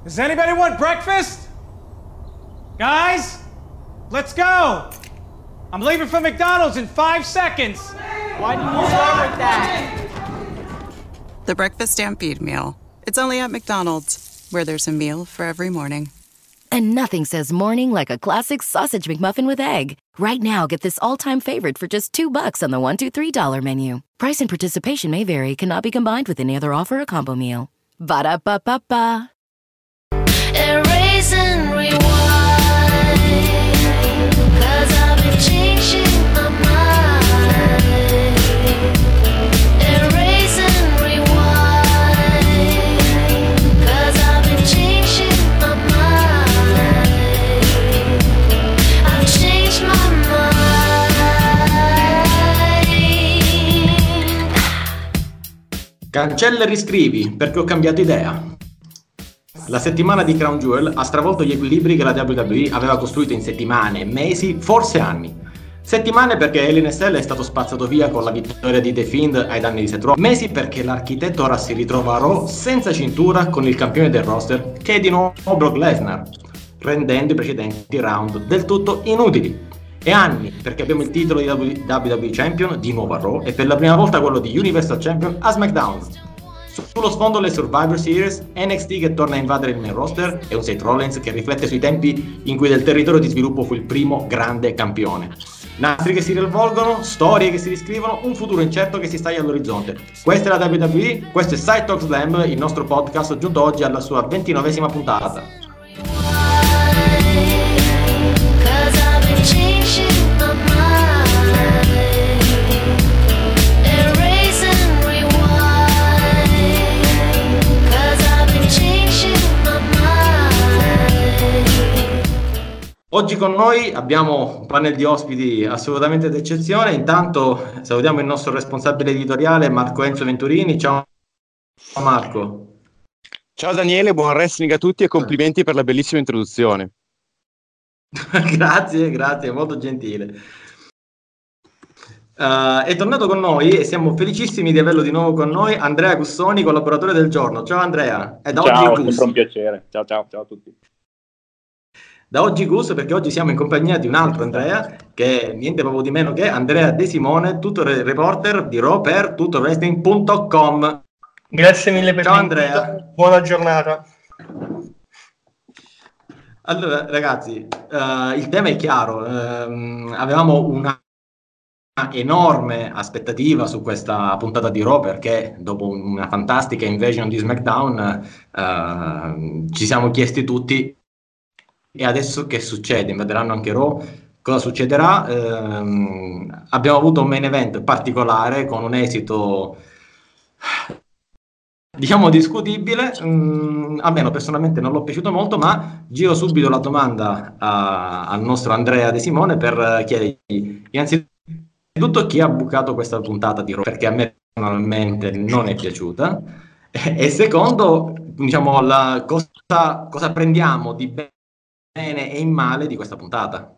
Does anybody want breakfast? Guys, let's go. I'm leaving for McDonald's in 5 seconds. Why didn't you start with that? The Breakfast Stampede Meal. It's only at McDonald's, where there's a meal for every morning. And nothing says morning like a classic sausage McMuffin with egg. Right now, get this all-time favorite for just $2 on the $1, $2, $3 menu. Price and participation may vary. Cannot be combined with any other offer or combo meal. Ba-da-ba-ba-ba. Erase and rewind, 'cause I've been changing my mind. Erase and rewind, 'cause I've been changing my mind. I've changed my mind. Cancella e riscrivi, perché ho cambiato idea. La settimana di Crown Jewel ha stravolto gli equilibri che la WWE aveva costruito in settimane, mesi, forse anni. Settimane perché Hell in a Cell è stato spazzato via con la vittoria di The Fiend ai danni di Seth Rollins. Mesi perché l'architetto ora si ritrova a Raw senza cintura con il campione del roster, che è di nuovo Brock Lesnar, rendendo i precedenti round del tutto inutili. E anni perché abbiamo il titolo di WWE Champion di nuovo a Raw e per la prima volta quello di Universal Champion a SmackDown. Sullo sfondo le Survivor Series, NXT che torna a invadere il main roster e un Seth Rollins che riflette sui tempi in cui del territorio di sviluppo fu il primo grande campione. Nastri che si rivolgono, storie che si riscrivono, un futuro incerto che si staglia all'orizzonte. Questa è la WWE, questo è Side Talk Slam, il nostro podcast giunto oggi alla sua 29esima puntata. Oggi con noi abbiamo un panel di ospiti assolutamente d'eccezione. Intanto salutiamo il nostro responsabile editoriale Marco Enzo Venturini. Ciao Marco. Ciao Daniele, buon wrestling a tutti e complimenti per la bellissima introduzione. Grazie, molto gentile. È tornato con noi e siamo felicissimi di averlo di nuovo con noi Andrea Gussoni, collaboratore del giorno. Ciao Andrea. Ciao, è sempre un piacere. Ciao a tutti. Da oggi Gus, perché oggi siamo in compagnia di un altro Andrea, che è niente proprio di meno che Andrea De Simone, tutto reporter di Raw per tutowrestling.com. Grazie mille per l'invito. Andrea. Buona giornata. Allora ragazzi, il tema è chiaro, avevamo una enorme aspettativa su questa puntata di Raw perché dopo una fantastica invasion di SmackDown ci siamo chiesti tutti: e adesso che succede? Invaderanno anche Raw? Cosa succederà? Abbiamo avuto un main event particolare con un esito diciamo discutibile, almeno personalmente non l'ho piaciuto molto, ma giro subito la domanda al nostro Andrea De Simone per chiedergli innanzitutto chi ha bucato questa puntata di Raw, perché a me personalmente non è piaciuta, e secondo, diciamo, cosa prendiamo di bene e in male di questa puntata.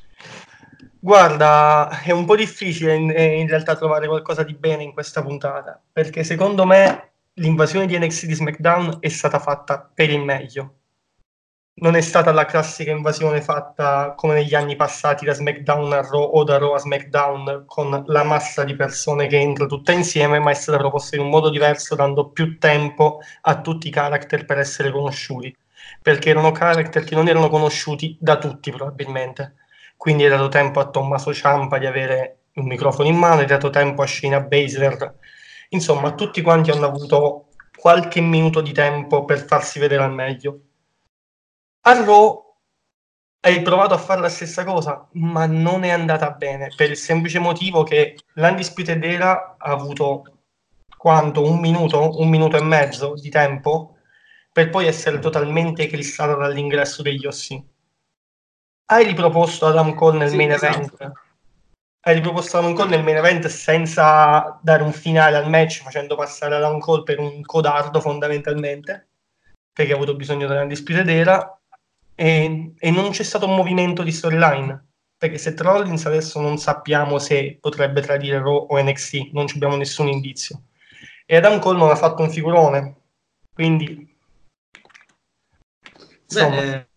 Guarda, è un po' difficile in realtà trovare qualcosa di bene in questa puntata, perché secondo me l'invasione di NXT di SmackDown è stata fatta per il meglio. Non è stata la classica invasione fatta come negli anni passati da SmackDown a Raw o da Raw a SmackDown con la massa di persone che entra tutta insieme, ma è stata proposta in un modo diverso, dando più tempo a tutti i character per essere conosciuti, perché erano character che non erano conosciuti da tutti probabilmente. Quindi è dato tempo a Tommaso Ciampa di avere un microfono in mano, è dato tempo a Shayna Baszler, insomma tutti quanti hanno avuto qualche minuto di tempo per farsi vedere al meglio. A Raw hai provato a fare la stessa cosa, ma non è andata bene, per il semplice motivo che l'Undisputed Era ha avuto quanto? Un minuto e mezzo di tempo per poi essere totalmente eclissata dall'ingresso degli OC. Hai riproposto Adam Cole nel main event. Hai riproposto Adam Cole nel main event senza dare un finale al match, facendo passare Adam Cole per un codardo fondamentalmente, perché ha avuto bisogno dell'Undisputed Era, e non c'è stato un movimento di storyline, perché Seth Rollins adesso non sappiamo se potrebbe tradire Raw o NXT, non abbiamo nessun indizio, e Adam Cole non ha fatto un figurone, quindi Insomma,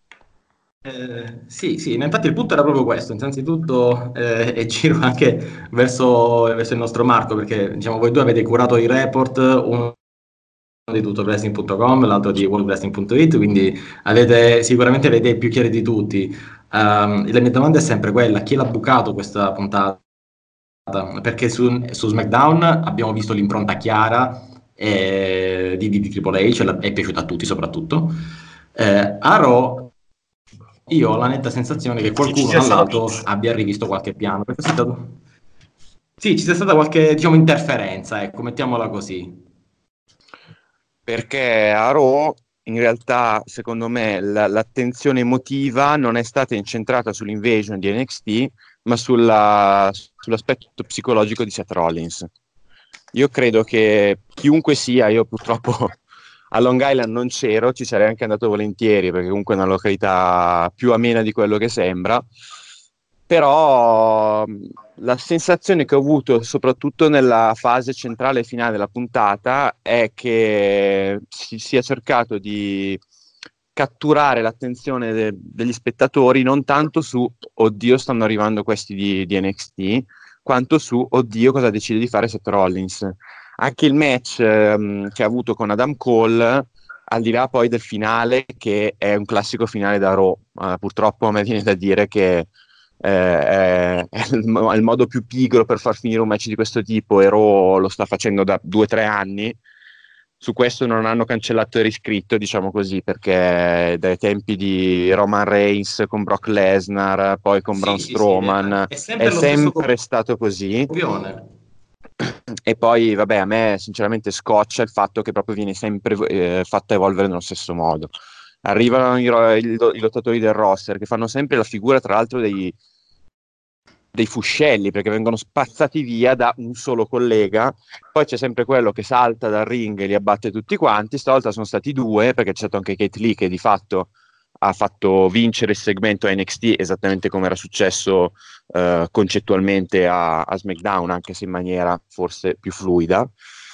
sì, infatti il punto era proprio questo. Innanzitutto, e giro anche verso il nostro Marco, perché diciamo voi due avete curato i report, uno di tuttoWrestling.com, l'altro di worldwrestling.it, quindi sicuramente le idee più chiare di tutti. La mia domanda è sempre quella: chi l'ha bucato questa puntata? Perché su SmackDown abbiamo visto l'impronta chiara di Triple H, è piaciuta a tutti soprattutto. A Raw io ho la netta sensazione che ci qualcuno sia stato dall'alto Vince. abbia rivisto qualche piano. Sì, ci sia stata qualche, diciamo, interferenza, ecco, mettiamola così. Perché a Raw in realtà secondo me l'attenzione emotiva non è stata incentrata sull'invasion di NXT ma sull'aspetto psicologico di Seth Rollins. Io credo che chiunque sia, io purtroppo a Long Island non c'ero, ci sarei anche andato volentieri perché comunque è una località più amena di quello che sembra, però la sensazione che ho avuto soprattutto nella fase centrale e finale della puntata è che si sia cercato di catturare l'attenzione degli spettatori non tanto su oddio stanno arrivando questi di NXT quanto su oddio cosa decide di fare Seth Rollins. Anche il match che ha avuto con Adam Cole, al di là poi del finale che è un classico finale da Raw, purtroppo a me viene da dire che è il modo più pigro per far finire un match di questo tipo e Raw lo sta facendo da 2 o 3 anni. Su questo non hanno cancellato e riscritto, diciamo così, perché dai tempi di Roman Reigns con Brock Lesnar, poi con Braun Sì, Strowman, è è sempre lo stesso sempre stato così. copione. E poi, vabbè, a me sinceramente scoccia il fatto che proprio viene sempre fatta evolvere nello stesso modo. Arrivano i lottatori del roster che fanno sempre la figura, tra l'altro, dei fuscelli perché vengono spazzati via da un solo collega. Poi c'è sempre quello che salta dal ring e li abbatte tutti quanti. Stavolta sono stati due perché c'è stato anche Kate Lee che di fatto ha fatto vincere il segmento a NXT esattamente come era successo concettualmente a SmackDown, anche se in maniera forse più fluida.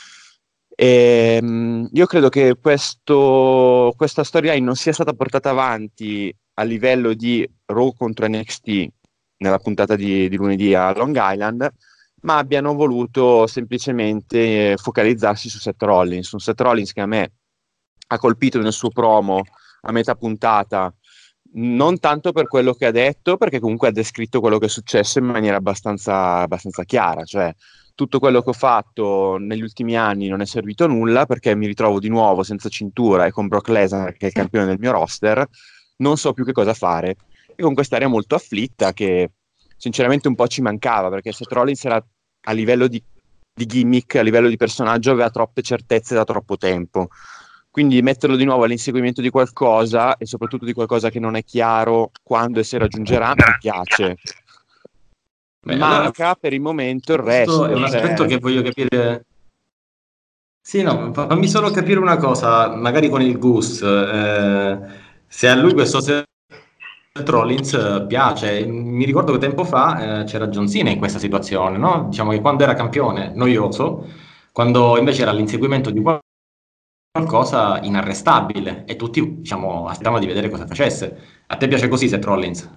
Io credo che questa storyline non sia stata portata avanti a livello di Raw contro NXT nella puntata di lunedì a Long Island, ma abbiano voluto semplicemente focalizzarsi su Seth Rollins, un Seth Rollins che a me ha colpito nel suo promo a metà puntata, non tanto per quello che ha detto, perché comunque ha descritto quello che è successo in maniera abbastanza chiara, cioè tutto quello che ho fatto negli ultimi anni non è servito a nulla perché mi ritrovo di nuovo senza cintura e con Brock Lesnar che è il campione del mio roster, non so più che cosa fare. E con quest'area molto afflitta che sinceramente un po' ci mancava perché Seth Rollins era a livello di gimmick, a livello di personaggio aveva troppe certezze da troppo tempo. Quindi metterlo di nuovo all'inseguimento di qualcosa e soprattutto di qualcosa che non è chiaro quando e se raggiungerà, mi piace. Beh, Manca allora, per il momento il questo è resto. un aspetto che voglio capire. Sì, no, fammi solo capire una cosa, magari con il Goose, se a lui questo Seth Rollins piace. Mi ricordo che tempo fa c'era John Cena in questa situazione, no? Diciamo che quando era campione, noioso, quando invece era all'inseguimento di qualcosa inarrestabile e tutti, diciamo, aspettavano di vedere cosa facesse. A te piace così Seth Rollins?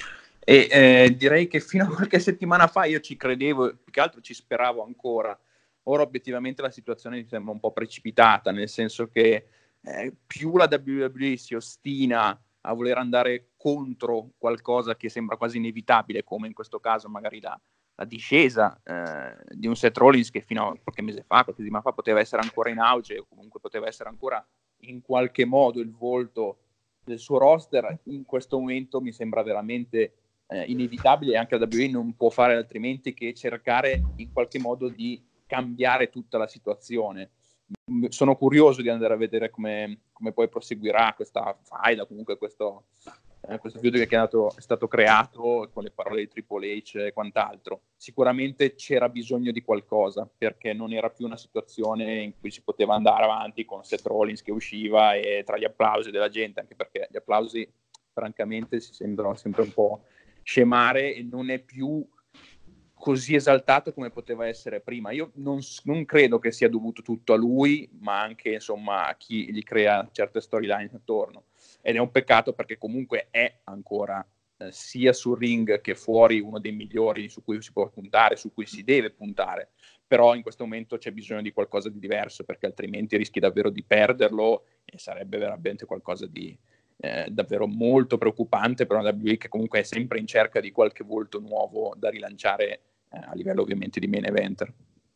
E direi che fino a qualche settimana fa io ci credevo, più che altro ci speravo ancora. Ora obiettivamente la situazione mi sembra un po' precipitata, nel senso che più la WWE si ostina a voler andare contro qualcosa che sembra quasi inevitabile, come in questo caso magari la discesa di un Seth Rollins che fino a qualche mese fa, qualche settimana fa poteva essere ancora in auge o comunque poteva essere ancora in qualche modo il volto del suo roster, in questo momento mi sembra veramente inevitabile e anche la WWE non può fare altrimenti che cercare in qualche modo di cambiare tutta la situazione. Sono curioso di andare a vedere come poi proseguirà questa faida, comunque questo video che è stato creato con le parole di Triple H e quant'altro. Sicuramente c'era bisogno di qualcosa perché non era più una situazione in cui si poteva andare avanti con Seth Rollins che usciva e tra gli applausi della gente, anche perché gli applausi francamente si sembrano sempre un po' scemare e non è più così esaltato come poteva essere prima. Io non credo che sia dovuto tutto a lui, ma anche insomma a chi gli crea certe storyline attorno, ed è un peccato perché comunque è ancora sia sul ring che fuori uno dei migliori su cui si può puntare, su cui si deve puntare, però in questo momento c'è bisogno di qualcosa di diverso, perché altrimenti rischi davvero di perderlo e sarebbe veramente qualcosa di davvero molto preoccupante per una WWE che comunque è sempre in cerca di qualche volto nuovo da rilanciare a livello ovviamente di main eventer.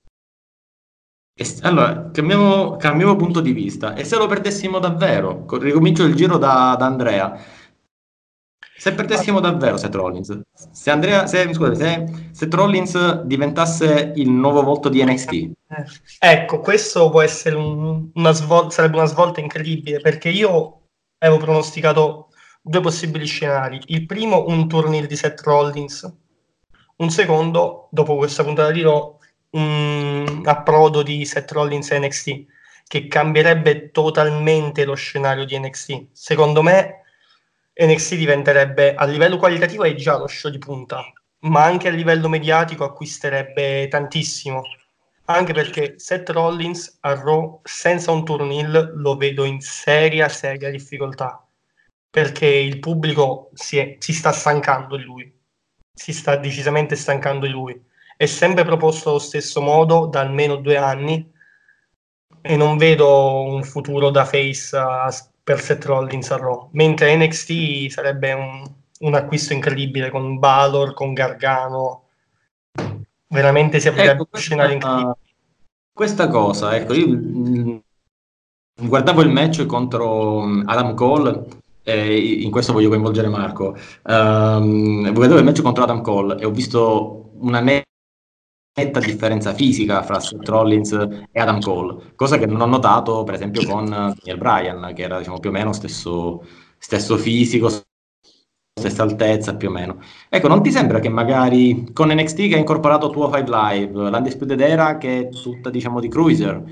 Allora, cambiamo punto di vista. E se lo perdessimo davvero? Ricomincio il giro da Andrea. Se perdessimo davvero Seth Rollins, se Seth Rollins diventasse il nuovo volto di NXT, Ecco, questo può essere sarebbe una svolta incredibile, perché io avevo pronosticato due possibili scenari. Il primo, un turn di Seth Rollins. Un secondo, dopo questa puntata di Raw, un approdo di Seth Rollins a NXT, che cambierebbe totalmente lo scenario di NXT. Secondo me NXT diventerebbe, a livello qualitativo è già lo show di punta, ma anche a livello mediatico acquisterebbe tantissimo. Anche perché Seth Rollins a Raw senza un turn lo vedo in seria difficoltà, perché il pubblico si sta stancando di lui, si sta decisamente stancando di lui. È sempre proposto allo stesso modo da almeno 2 anni e non vedo un futuro da face per Seth Rollins a Raw, mentre NXT sarebbe un acquisto incredibile con Balor, con Gargano, veramente si aprirebbe ecco, un scenario incredibile. questa cosa, ecco, io guardavo il match contro Adam Cole, e in questo voglio coinvolgere Marco. Guardavo il match contro Adam Cole e ho visto una netta differenza fisica fra Seth Rollins e Adam Cole, cosa che non ho notato per esempio con Daniel Bryan, che era diciamo, più o meno stesso fisico, stessa altezza più o meno. Ecco, non ti sembra che magari con NXT che ha incorporato 205 Live, l'Undisputed Era che è tutta diciamo di cruiser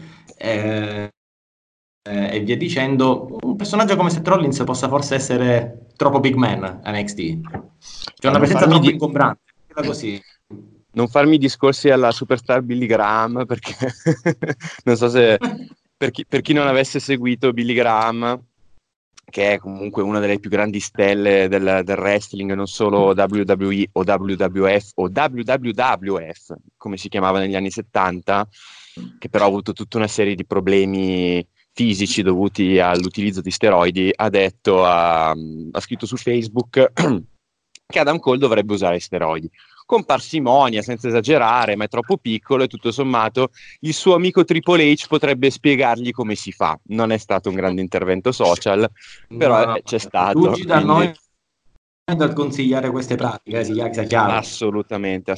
e via dicendo, un personaggio come Seth Rollins possa forse essere troppo big man a NXT? C'è una presenza troppo ingombrante, così. Non farmi discorsi alla superstar Billy Graham, perché non so se per chi non avesse seguito Billy Graham, che è comunque una delle più grandi stelle del wrestling, non solo WWE o WWF o WWF, come si chiamava negli anni 70, che però ha avuto tutta una serie di problemi fisici dovuti all'utilizzo di steroidi, ha scritto su Facebook che Adam Cole dovrebbe usare steroidi. Con parsimonia, senza esagerare, ma è troppo piccolo e tutto sommato il suo amico Triple H potrebbe spiegargli come si fa. Non è stato un grande intervento social, però c'è stato. Fuggi da noi dal consigliare queste pratiche, sia chiaro. Assolutamente.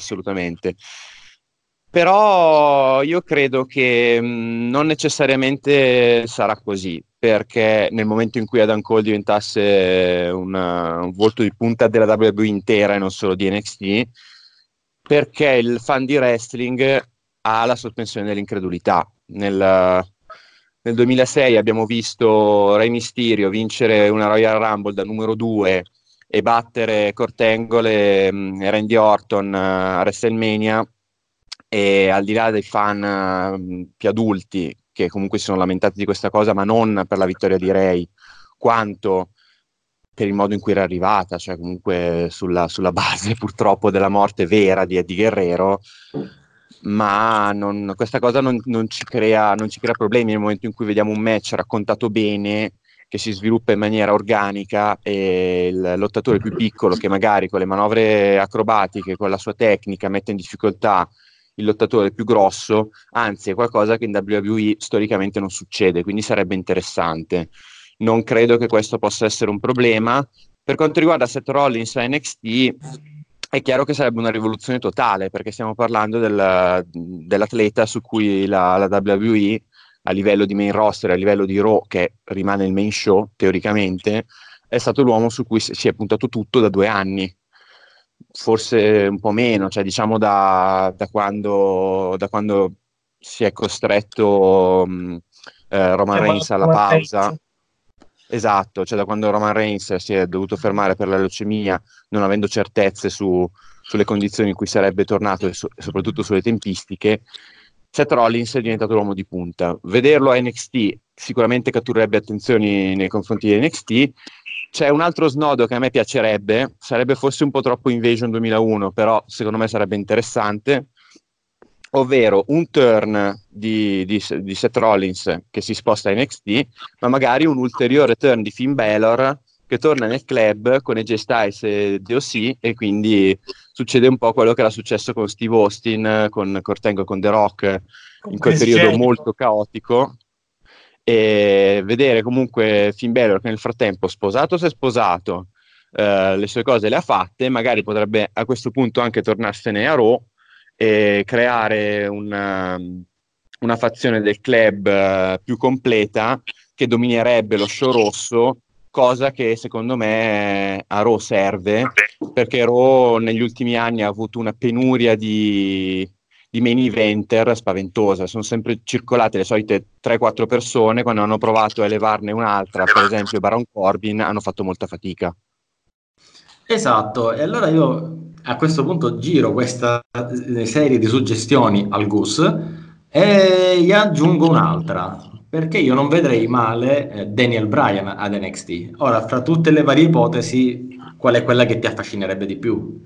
Però io credo che non necessariamente sarà così, perché nel momento in cui Adam Cole diventasse un volto di punta della WWE intera e non solo di NXT, perché il fan di wrestling ha la sospensione dell'incredulità. Nel 2006 abbiamo visto Rey Mysterio vincere una Royal Rumble da numero 2 e battere Kurt Angle e Randy Orton a WrestleMania, e al di là dei fan più adulti che comunque si sono lamentati di questa cosa, ma non per la vittoria di Rey quanto per il modo in cui era arrivata, cioè comunque sulla base purtroppo della morte vera di Eddie Guerrero, ma questa cosa non ci crea problemi nel momento in cui vediamo un match raccontato bene, che si sviluppa in maniera organica, e il lottatore più piccolo che magari con le manovre acrobatiche, con la sua tecnica mette in difficoltà il lottatore più grosso, anzi è qualcosa che in WWE storicamente non succede, quindi sarebbe interessante. Non credo che questo possa essere un problema. Per quanto riguarda Seth Rollins a NXT, è chiaro che sarebbe una rivoluzione totale, perché stiamo parlando dell'atleta su cui la WWE, a livello di main roster, a livello di Raw, che rimane il main show teoricamente, è stato l'uomo su cui si è puntato tutto da 2 anni, forse un po' meno, cioè diciamo da quando si è costretto Roman Reigns alla pausa. Esatto, cioè da quando Roman Reigns si è dovuto fermare per la leucemia, non avendo certezze su sulle condizioni in cui sarebbe tornato e soprattutto sulle tempistiche, Seth Rollins è diventato l'uomo di punta. Vederlo a NXT sicuramente catturerebbe attenzioni nei confronti di NXT. C'è un altro snodo che a me piacerebbe, sarebbe forse un po' troppo Invasion 2001, però secondo me sarebbe interessante, ovvero un turn di Seth Rollins che si sposta a NXT, ma magari un ulteriore turn di Finn Balor che torna nel club con AJ Styles e DOC, e quindi succede un po' quello che era successo con Steve Austin, con Kurt Angle, con The Rock, in quel periodo molto caotico, e vedere comunque Finn Balor che nel frattempo sposato si è sposato, le sue cose le ha fatte, magari potrebbe a questo punto anche tornarsene a Raw e creare una fazione del club più completa che dominerebbe lo show rosso, cosa che secondo me a Raw serve, perché Raw negli ultimi anni ha avuto una penuria di main eventer spaventosa. Sono sempre circolate le solite 3-4 persone, quando hanno provato a elevarne un'altra, per esempio Baron Corbin, hanno fatto molta fatica. Esatto, e allora io a questo punto giro questa serie di suggestioni al Gus e gli aggiungo un'altra, perché io non vedrei male Daniel Bryan ad NXT. Ora, fra tutte le varie ipotesi, qual è quella che ti affascinerebbe di più?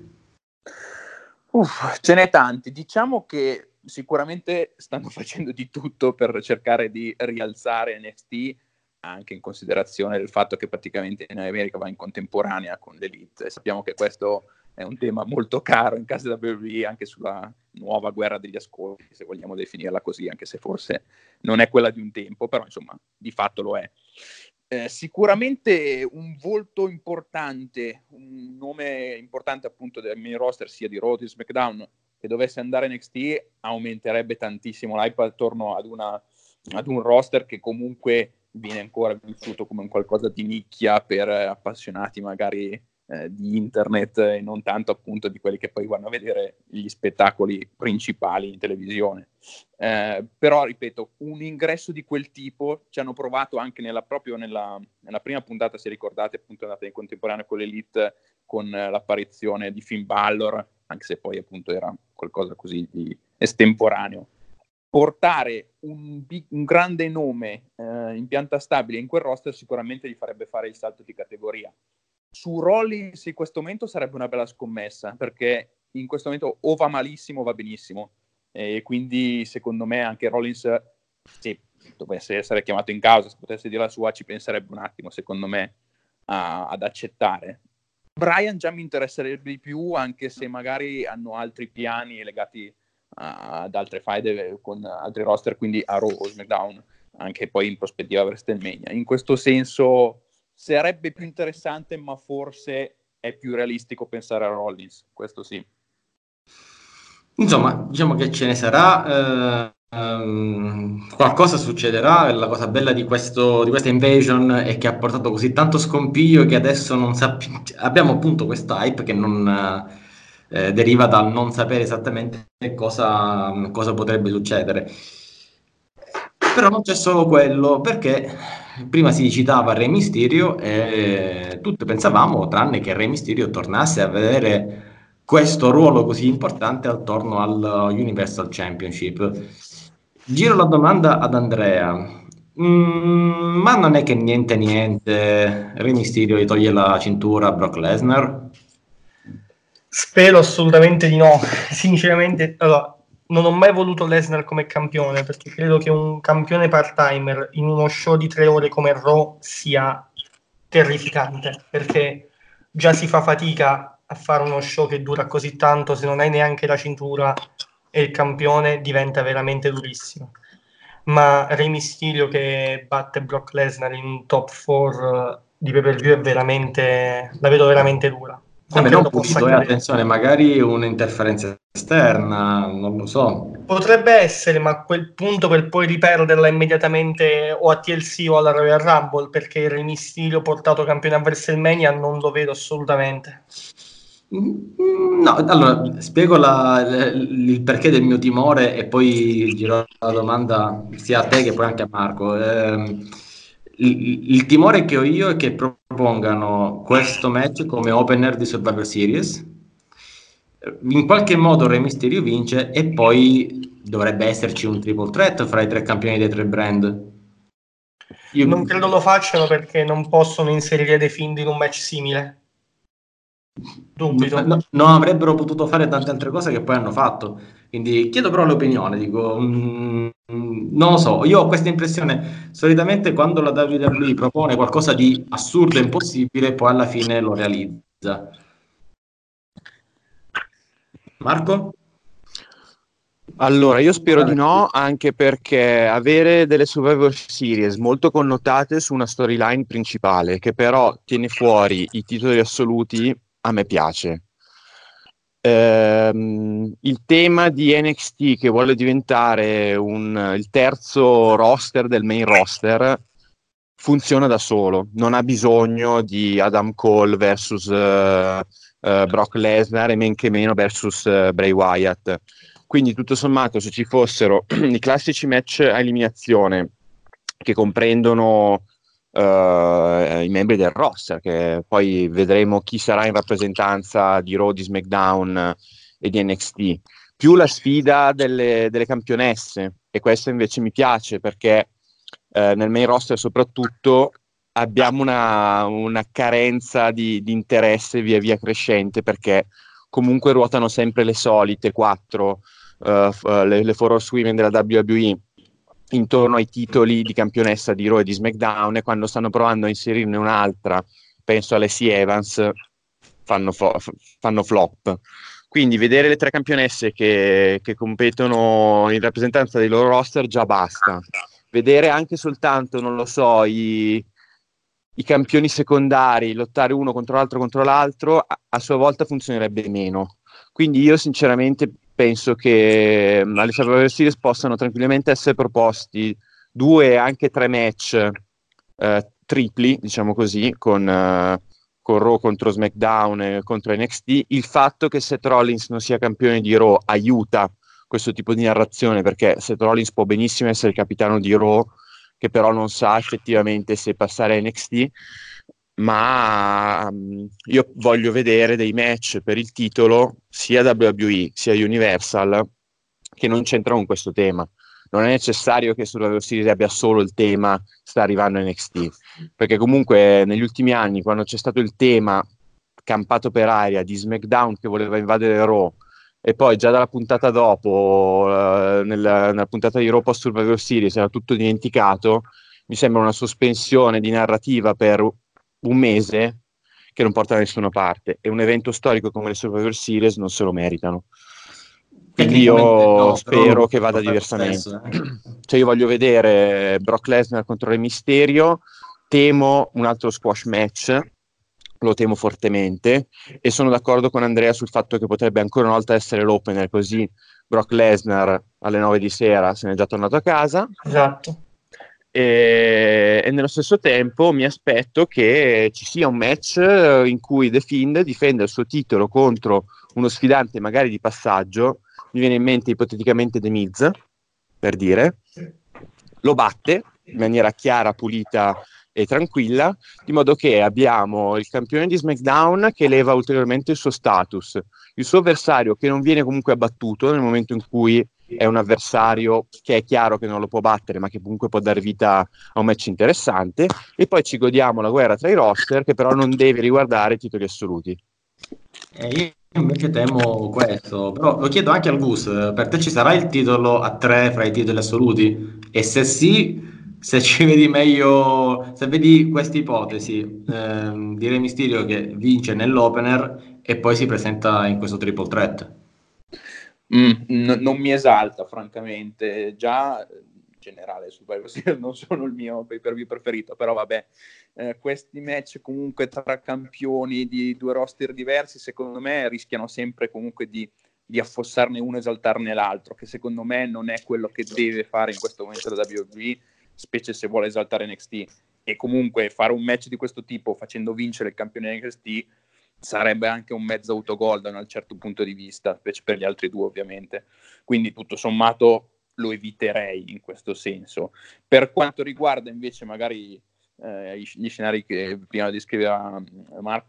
Ce n'è tanti. Diciamo che sicuramente stanno facendo di tutto per cercare di rialzare NXT, anche in considerazione del fatto che praticamente in America va in contemporanea con l'Elite, e sappiamo che questo è un tema molto caro in casa WWE, anche sulla nuova guerra degli ascolti, se vogliamo definirla così, anche se forse non è quella di un tempo, però insomma di fatto lo è. Sicuramente un volto importante, un nome importante appunto del main roster sia di Raw che di SmackDown, che dovesse andare in NXT, aumenterebbe tantissimo l'hype attorno ad un roster che comunque viene ancora vissuto come un qualcosa di nicchia per appassionati magari di internet, e non tanto appunto di quelli che poi vanno a vedere gli spettacoli principali in televisione. Però ripeto, un ingresso di quel tipo ci hanno provato anche nella prima puntata, se ricordate, appunto è andata in contemporanea con l'Elite, con l'apparizione di Finn Balor, anche se poi appunto era qualcosa così di estemporaneo. Portare un grande nome in pianta stabile in quel roster sicuramente gli farebbe fare il salto di categoria. Su Rollins in questo momento sarebbe una bella scommessa, perché in questo momento o va malissimo o va benissimo, e quindi secondo me anche Rollins, se dovesse essere chiamato in causa, se potesse dire la sua, ci penserebbe un attimo secondo me ad accettare. Bryan già mi interesserebbe di più, anche se magari hanno altri piani legati ad altre faide con altri roster, quindi a Raw o SmackDown, anche poi in prospettiva per WrestleMania. In questo senso sarebbe più interessante, ma forse è più realistico pensare a Rollins, questo sì. Insomma, diciamo che ce ne sarà, qualcosa succederà. La cosa bella di questa Invasion è che ha portato così tanto scompiglio che adesso non abbiamo appunto questo hype che non deriva dal non sapere esattamente cosa potrebbe succedere. Però non c'è solo quello, perché prima si citava Re Mysterio e tutti pensavamo, tranne che Re Mysterio tornasse a vedere questo ruolo così importante attorno al Universal Championship. Giro la domanda ad Andrea. Ma non è che niente Re Mysterio gli toglie la cintura a Brock Lesnar? Spero assolutamente di no. Sinceramente, allora, non ho mai voluto Lesnar come campione, perché credo che un campione part-timer in uno show di 3 ore come Raw sia terrificante, perché già si fa fatica a fare uno show che dura così tanto. Se non hai neanche la cintura e il campione diventa veramente durissimo. Ma Rey Mysterio che batte Brock Lesnar in un top 4 di pay-per-view è veramente, la vedo veramente dura. Vabbè, non pulito, attenzione, magari un'interferenza esterna, non lo so. Potrebbe essere, ma a quel punto per poi riperderla immediatamente o a TLC o alla Royal Rumble, perché il Rey Mysterio portato campione a WrestleMania non lo vedo assolutamente. No, allora spiego il perché del mio timore e poi giro la domanda sia a te che poi anche a Marco. Il timore che ho io è che propongano questo match come opener di Survivor Series In qualche modo Re Mysterio vince e poi dovrebbe esserci un triple threat fra i tre campioni dei tre brand. Non credo lo facciano perché non possono inserire The Fiend in un match simile. Dubito. Non avrebbero potuto fare tante altre cose che poi hanno fatto. Quindi chiedo però l'opinione, dico, non lo so, io ho questa impressione, solitamente quando la WWE propone qualcosa di assurdo e impossibile, poi alla fine lo realizza. Marco? Allora, io spero di no, anche perché avere delle Survivor Series molto connotate su una storyline principale, che però tiene fuori i titoli assoluti, a me piace. Il tema di NXT che vuole diventare il terzo roster del main roster funziona da solo, non ha bisogno di Adam Cole versus Brock Lesnar e men che meno versus Bray Wyatt. Quindi tutto sommato, se ci fossero i classici match a eliminazione che comprendono i membri del roster, che poi vedremo chi sarà in rappresentanza di Raw, di SmackDown e di NXT, più la sfida delle campionesse, e questo invece mi piace perché nel main roster soprattutto abbiamo una carenza di interesse via via crescente, perché comunque ruotano sempre le solite quattro, le Four Horsewomen della WWE intorno ai titoli di campionessa di Raw e di SmackDown, e quando stanno provando a inserirne un'altra, penso a Lacey Evans, fanno flop. Quindi vedere le tre campionesse che competono in rappresentanza dei loro roster già basta. Vedere anche soltanto, non lo so, i campioni secondari lottare uno contro l'altro, a sua volta funzionerebbe meno. Quindi io sinceramente penso che alle Survivor Series possano tranquillamente essere proposti 2 anche 3 match tripli, diciamo così, con Raw contro SmackDown e contro NXT. Il fatto che Seth Rollins non sia campione di Raw aiuta questo tipo di narrazione, perché Seth Rollins può benissimo essere il capitano di Raw, che però non sa effettivamente se passare a NXT, ma io voglio vedere dei match per il titolo sia WWE sia Universal che non c'entrano con questo tema. Non è necessario che Survivor Series abbia solo il tema sta arrivando NXT, perché comunque negli ultimi anni, quando c'è stato il tema campato per aria di SmackDown che voleva invadere Raw, e poi già dalla puntata dopo, nella puntata di Raw post Survivor Series, era tutto dimenticato, mi sembra una sospensione di narrativa per un mese che non porta da nessuna parte, e un evento storico come le Survivor Series non se lo meritano. Quindi io spero che vada diversamente. Cioè, io voglio vedere Brock Lesnar contro Re Mysterio, temo un altro squash match, lo temo fortemente, e sono d'accordo con Andrea sul fatto che potrebbe ancora una volta essere l'opener, così Brock Lesnar alle 9 di sera se n'è già tornato a casa. Esatto. E nello stesso tempo mi aspetto che ci sia un match in cui The Fiend difende il suo titolo contro uno sfidante magari di passaggio. Mi viene in mente ipoteticamente The Miz, per dire, lo batte in maniera chiara, pulita e tranquilla, di modo che abbiamo il campione di SmackDown che eleva ulteriormente il suo status, il suo avversario che non viene comunque abbattuto nel momento in cui è un avversario che è chiaro che non lo può battere, ma che comunque può dare vita a un match interessante, e poi ci godiamo la guerra tra i roster, che però non deve riguardare i titoli assoluti. Io invece temo questo, però lo chiedo anche al Gus, per te ci sarà il titolo a 3 fra i titoli assoluti? E se sì, se ci vedi meglio, se vedi questa ipotesi di Re Mysterio che vince nell'opener e poi si presenta in questo triple threat. Non mi esalta, francamente. Già in generale Survivor Series non sono il mio pay-per-view preferito, però vabbè, questi match comunque tra campioni di due roster diversi, secondo me rischiano sempre comunque di affossarne uno e esaltarne l'altro, che secondo me non è quello che deve fare in questo momento la WWE, specie se vuole esaltare NXT. E comunque fare un match di questo tipo facendo vincere il campione NXT sarebbe anche un mezzo autogol da un certo punto di vista, specie per gli altri due ovviamente. Quindi tutto sommato lo eviterei in questo senso. Per quanto riguarda invece magari gli scenari che prima descriveva Marco,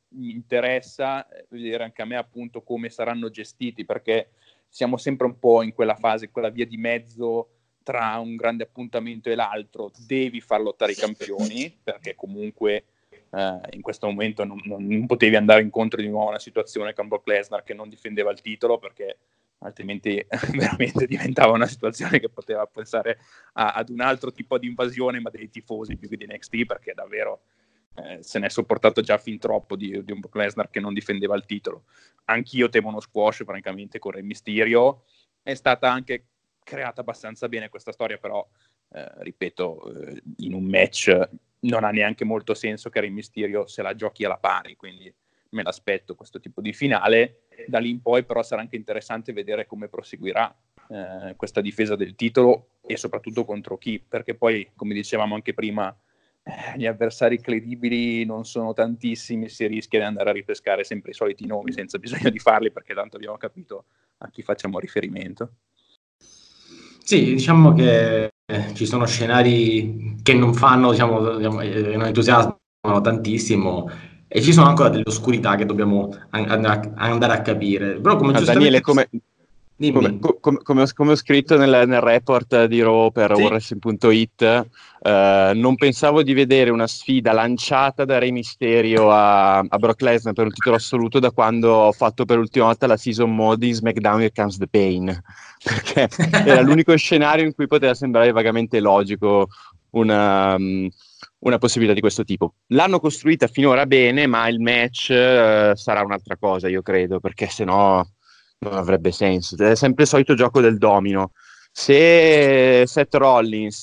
mi interessa vedere anche a me appunto come saranno gestiti, perché siamo sempre un po' in quella fase, quella via di mezzo tra un grande appuntamento e l'altro. Devi far lottare i campioni, perché comunque in questo momento non potevi andare incontro di nuovo a una situazione con Brock Lesnar che non difendeva il titolo, perché altrimenti veramente diventava una situazione che poteva pensare ad un altro tipo di invasione, ma dei tifosi più che di NXT, perché davvero se ne è sopportato già fin troppo di un Brock Lesnar che non difendeva il titolo. Anch'io temo uno squash, francamente, con Re Mysterio. È stata anche creata abbastanza bene questa storia, però ripeto, in un match non ha neanche molto senso che Re Mysterio se la giochi alla pari, quindi me l'aspetto questo tipo di finale. Da lì in poi però sarà anche interessante vedere come proseguirà questa difesa del titolo, e soprattutto contro chi, perché poi, come dicevamo anche prima, gli avversari credibili non sono tantissimi, si rischia di andare a ripescare sempre i soliti nomi senza bisogno di farli, perché tanto abbiamo capito a chi facciamo riferimento. Sì, diciamo che ci sono scenari che non fanno, non entusiasmano tantissimo, e ci sono ancora delle oscurità che dobbiamo andare a capire. Però come Daniele, giustamente... Dimmi. come ho scritto nel report di Raw per Sì. wrestling.it, non pensavo di vedere una sfida lanciata da Re Mysterio a Brock Lesnar per un titolo assoluto da quando ho fatto per l'ultima volta la season mode in SmackDown Here Comes the Pain, perché era l'unico scenario in cui poteva sembrare vagamente logico una possibilità di questo tipo. L'hanno costruita finora bene, ma il match sarà un'altra cosa, io credo, perché sennò non avrebbe senso. È sempre il solito gioco del domino. Se Seth Rollins,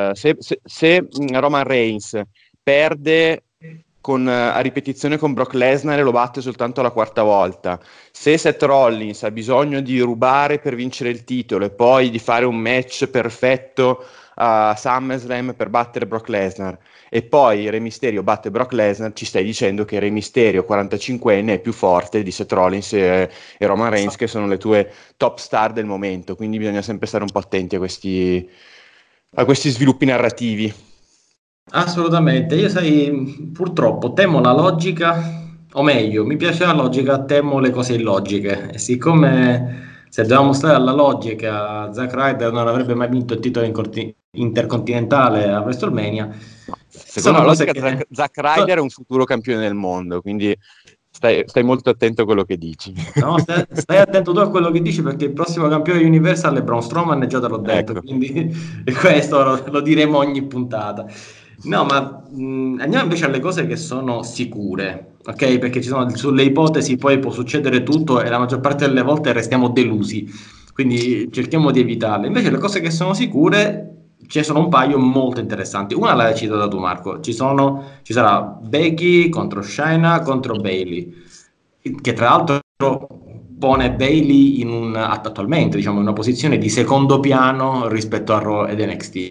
se Roman Reigns perde a ripetizione con Brock Lesnar e lo batte soltanto la quarta volta, se Seth Rollins ha bisogno di rubare per vincere il titolo e poi di fare un match perfetto a SummerSlam per battere Brock Lesnar, e poi Re Mysterio batte Brock Lesnar, ci stai dicendo che Re Mysterio 45enne è più forte di Seth Rollins e Roman Reigns, che sono le tue top star del momento, quindi bisogna sempre stare un po' attenti a questi sviluppi narrativi. Assolutamente, io sai, purtroppo temo la logica, o meglio, mi piace la logica, temo le cose illogiche, e siccome se dovevamo stare alla logica, Zack Ryder non avrebbe mai vinto il titolo intercontinentale a WrestleMania. Secondo la logica, che... Zack Ryder è un futuro campione del mondo, quindi stai molto attento a quello che dici. No, stai attento tu a quello che dici, perché il prossimo campione Universal è Braun Strowman, e già te l'ho detto, Ecco. quindi questo lo diremo ogni puntata. No, ma andiamo invece alle cose che sono sicure, ok? Perché ci sono sulle ipotesi, poi può succedere tutto e la maggior parte delle volte restiamo delusi, quindi cerchiamo di evitarle. Invece le cose che sono sicure, ce sono un paio molto interessanti. Una l'hai citata tu, Marco, ci sarà Becky contro Shayna contro Bayley, che tra l'altro pone Bayley attualmente, diciamo, in una posizione di secondo piano rispetto a Raw ed NXT.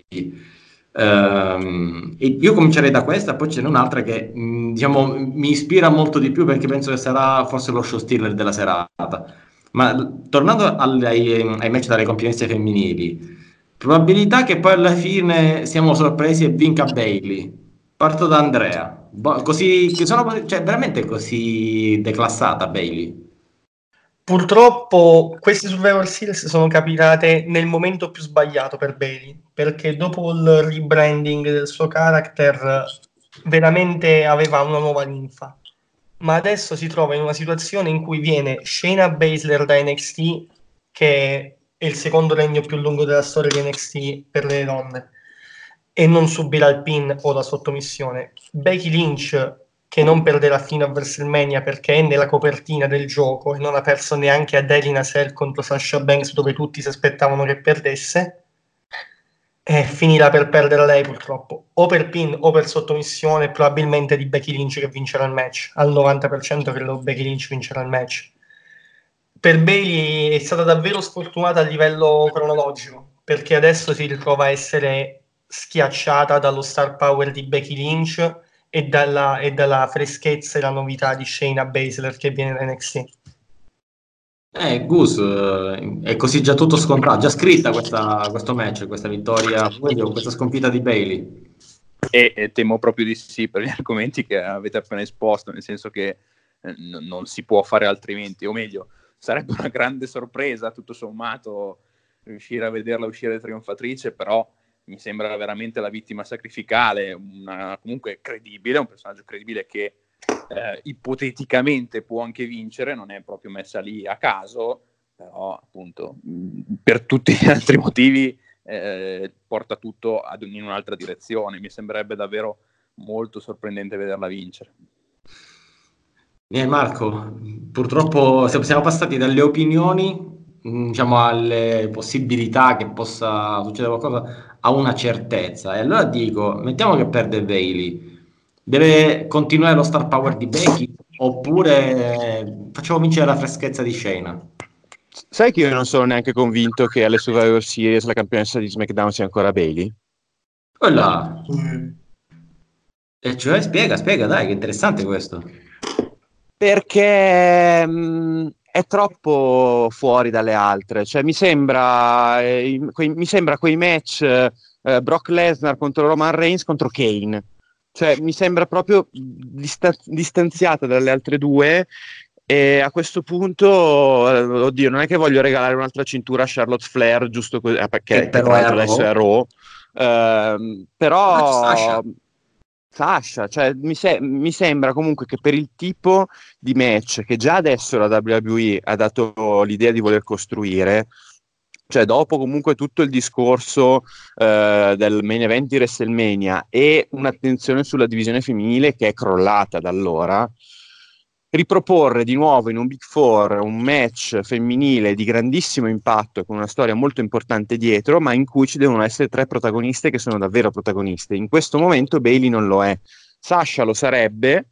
E io comincerei da questa, poi ce n'è un'altra che diciamo mi ispira molto di più, perché penso che sarà forse lo show stealer della serata. Ma tornando ai match dalle campionesse femminili, probabilità che poi alla fine siamo sorpresi e vinca Bayley. Parto da Andrea. Cioè, veramente così declassata Bayley? Purtroppo queste Survivor Series sono capitate nel momento più sbagliato per Bayley, perché dopo il rebranding del suo character veramente aveva una nuova linfa, ma adesso si trova in una situazione in cui viene Shayna Baszler da NXT, che è il secondo regno più lungo della storia di NXT per le donne, e non subirà il pin o la sottomissione. Becky Lynch, che non perderà fino a WrestleMania perché è nella copertina del gioco e non ha perso neanche a Hell in a Cell contro Sasha Banks, dove tutti si aspettavano che perdesse, e finirà per perdere lei purtroppo, o per pin o per sottomissione, probabilmente di Becky Lynch, che vincerà il match. Al 90% credo Becky Lynch vincerà il match. Per Bayley è stata davvero sfortunata a livello cronologico, perché adesso si ritrova a essere schiacciata dallo star power di Becky Lynch e dalla freschezza e la novità di Shayna Baszler che viene da NXT. Gus, è così già tutto scontato, già scritta questo match, questa vittoria, questa sconfitta di Bayley. E temo proprio di sì, per gli argomenti che avete appena esposto, nel senso che non si può fare altrimenti, o meglio, sarebbe una grande sorpresa tutto sommato riuscire a vederla uscire trionfatrice, però mi sembra veramente la vittima sacrificale, comunque credibile, un personaggio credibile che ipoteticamente può anche vincere, non è proprio messa lì a caso, però appunto per tutti gli altri motivi porta tutto in un'altra direzione. Mi sembrerebbe davvero molto sorprendente vederla vincere. Marco, purtroppo siamo passati dalle opinioni, diciamo, alle possibilità che possa succedere qualcosa a una certezza. E allora dico, mettiamo che perde Bailey, deve continuare lo star power di Becky oppure facciamo vincere la freschezza di Shayna? Sai che io non sono neanche convinto che alle Survivor Series la campionessa di SmackDown sia ancora Bailey? Quella. E cioè, spiega, dai, che interessante questo. Perché è troppo fuori dalle altre. Cioè, mi sembra quei match Brock Lesnar contro Roman Reigns contro Kane. Cioè, mi sembra proprio distanziata dalle altre due. E a questo punto, oddio, non è che voglio regalare un'altra cintura a Charlotte Flair, giusto così, perché però tra l'altro è adesso è Raw. Però Sasha, cioè, mi sembra comunque che per il tipo di match che già adesso la WWE ha dato l'idea di voler costruire, cioè dopo comunque tutto il discorso del main event di WrestleMania e un'attenzione sulla divisione femminile che è crollata da allora, riproporre di nuovo in un Big Four un match femminile di grandissimo impatto e con una storia molto importante dietro, ma in cui ci devono essere 3 protagoniste che sono davvero protagoniste. In questo momento Bailey non lo è, Sasha lo sarebbe,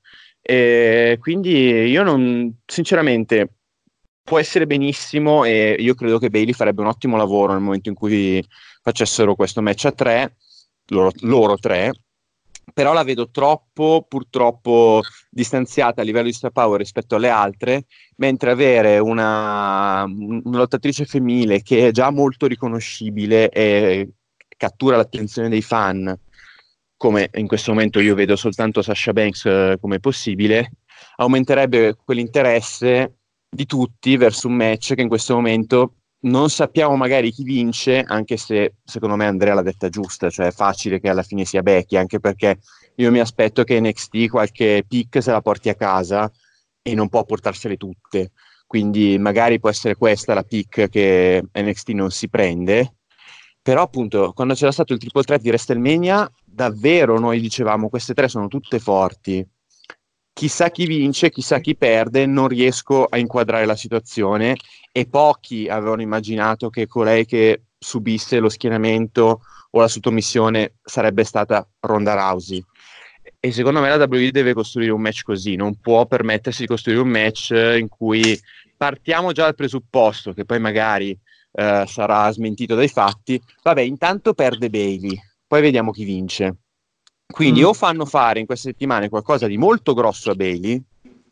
quindi io non, sinceramente, può essere benissimo e io credo che Bailey farebbe un ottimo lavoro nel momento in cui facessero questo match a 3, loro 3, però la vedo purtroppo distanziata a livello di star power rispetto alle altre, mentre avere una lottatrice femminile che è già molto riconoscibile e cattura l'attenzione dei fan, come in questo momento io vedo soltanto Sasha Banks come possibile, aumenterebbe quell'interesse di tutti verso un match che in questo momento non sappiamo magari chi vince, anche se secondo me Andrea l'ha detta giusta, cioè è facile che alla fine sia Becky, anche perché io mi aspetto che NXT qualche pick se la porti a casa e non può portarsele tutte, quindi magari può essere questa la pick che NXT non si prende, però appunto quando c'era stato il triple threat di WrestleMania davvero noi dicevamo queste 3 sono tutte forti, chissà chi vince, chissà chi perde, non riesco a inquadrare la situazione e pochi avevano immaginato che colei che subisse lo schienamento o la sottomissione sarebbe stata Ronda Rousey. E secondo me la WWE deve costruire un match così, non può permettersi di costruire un match in cui partiamo già dal presupposto che poi magari sarà smentito dai fatti, vabbè, intanto perde Bailey, poi vediamo chi vince. Quindi o fanno fare in queste settimane qualcosa di molto grosso a Bailey,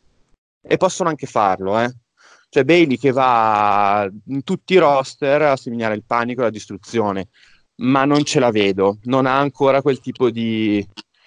e possono anche farlo, cioè Bailey che va in tutti i roster a seminare il panico e la distruzione, ma non ce la vedo, non ha ancora quel tipo di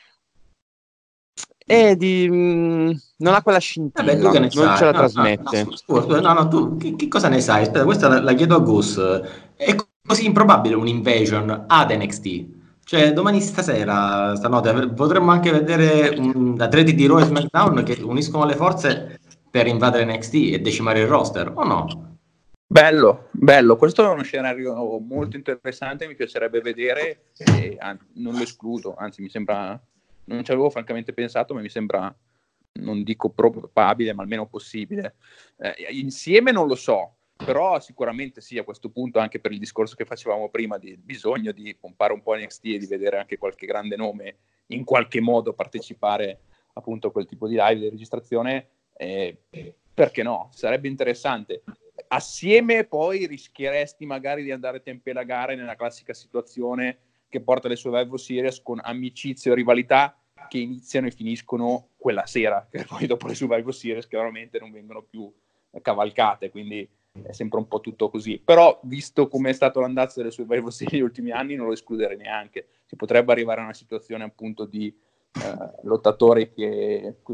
non ha quella scintilla. Vabbè, tu che ne non sai? ce la No, trasmette. no, tu che cosa ne sai? Aspetta, questa la chiedo a Gus. È così improbabile un invasion ad NXT? Cioè, domani stasera, stanotte, potremmo anche vedere atleti di Raw e SmackDown che uniscono le forze per invadere NXT e decimare il roster, o no? Bello, questo è uno scenario molto interessante, mi piacerebbe vedere e non lo escludo, anzi mi sembra, non ci avevo francamente pensato, ma mi sembra, non dico probabile, ma almeno possibile. Insieme non lo so, però sicuramente sì, a questo punto, anche per il discorso che facevamo prima di bisogno di pompare un po' NXT e di vedere anche qualche grande nome in qualche modo partecipare appunto a quel tipo di live di registrazione, perché no? Sarebbe interessante. Assieme poi rischieresti magari di andare tempe la gara nella classica situazione che porta le Survivor Series con amicizie o rivalità che iniziano e finiscono quella sera, che poi dopo le Survivor Series chiaramente non vengono più cavalcate, quindi è sempre un po' tutto così. Però visto come è stato l'andazzo delle Survivor Series negli ultimi anni non lo escluderei neanche, si potrebbe arrivare a una situazione appunto di lottatori che così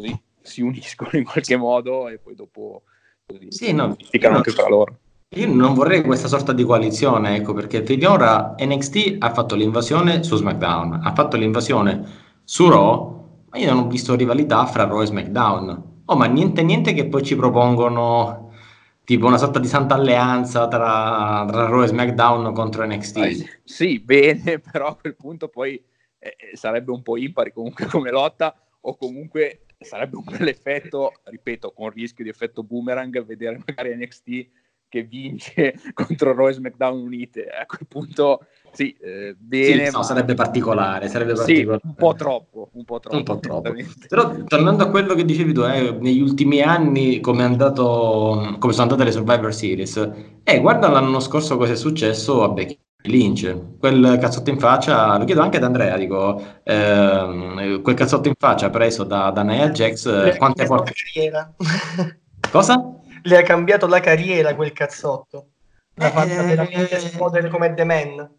si uniscono in qualche modo e poi dopo così Sì, no, si ficcano anche fra loro. io non vorrei questa sorta di coalizione, ecco, perché finora NXT ha fatto l'invasione su SmackDown, ha fatto l'invasione su Raw, ma io non ho visto rivalità fra Raw e SmackDown. Oh, ma niente che poi ci propongono tipo una sorta di santa alleanza tra Raw e SmackDown contro NXT. Sì, bene, però a quel punto poi sarebbe un po' impari comunque come lotta, o comunque sarebbe un bel effetto, ripeto, con rischio di effetto boomerang, vedere magari NXT che vince contro Raw e SmackDown unite. A quel punto sì, bene, Sì, no, ma sarebbe particolare, sarebbe sì, particolare. un po' troppo, Un po' troppo. onestamente. Però tornando a quello che dicevi tu, negli ultimi anni come sono andate le Survivor Series, guarda l'anno scorso cosa è successo a Becky Lynch, quel cazzotto in faccia, lo chiedo anche ad Andrea, dico, quel cazzotto in faccia preso da Nia Jax, Le ha quante cambiato la volte... carriera. Cosa? Le ha cambiato la carriera quel cazzotto. L'ha fatta veramente Eh, esplodere come The Man.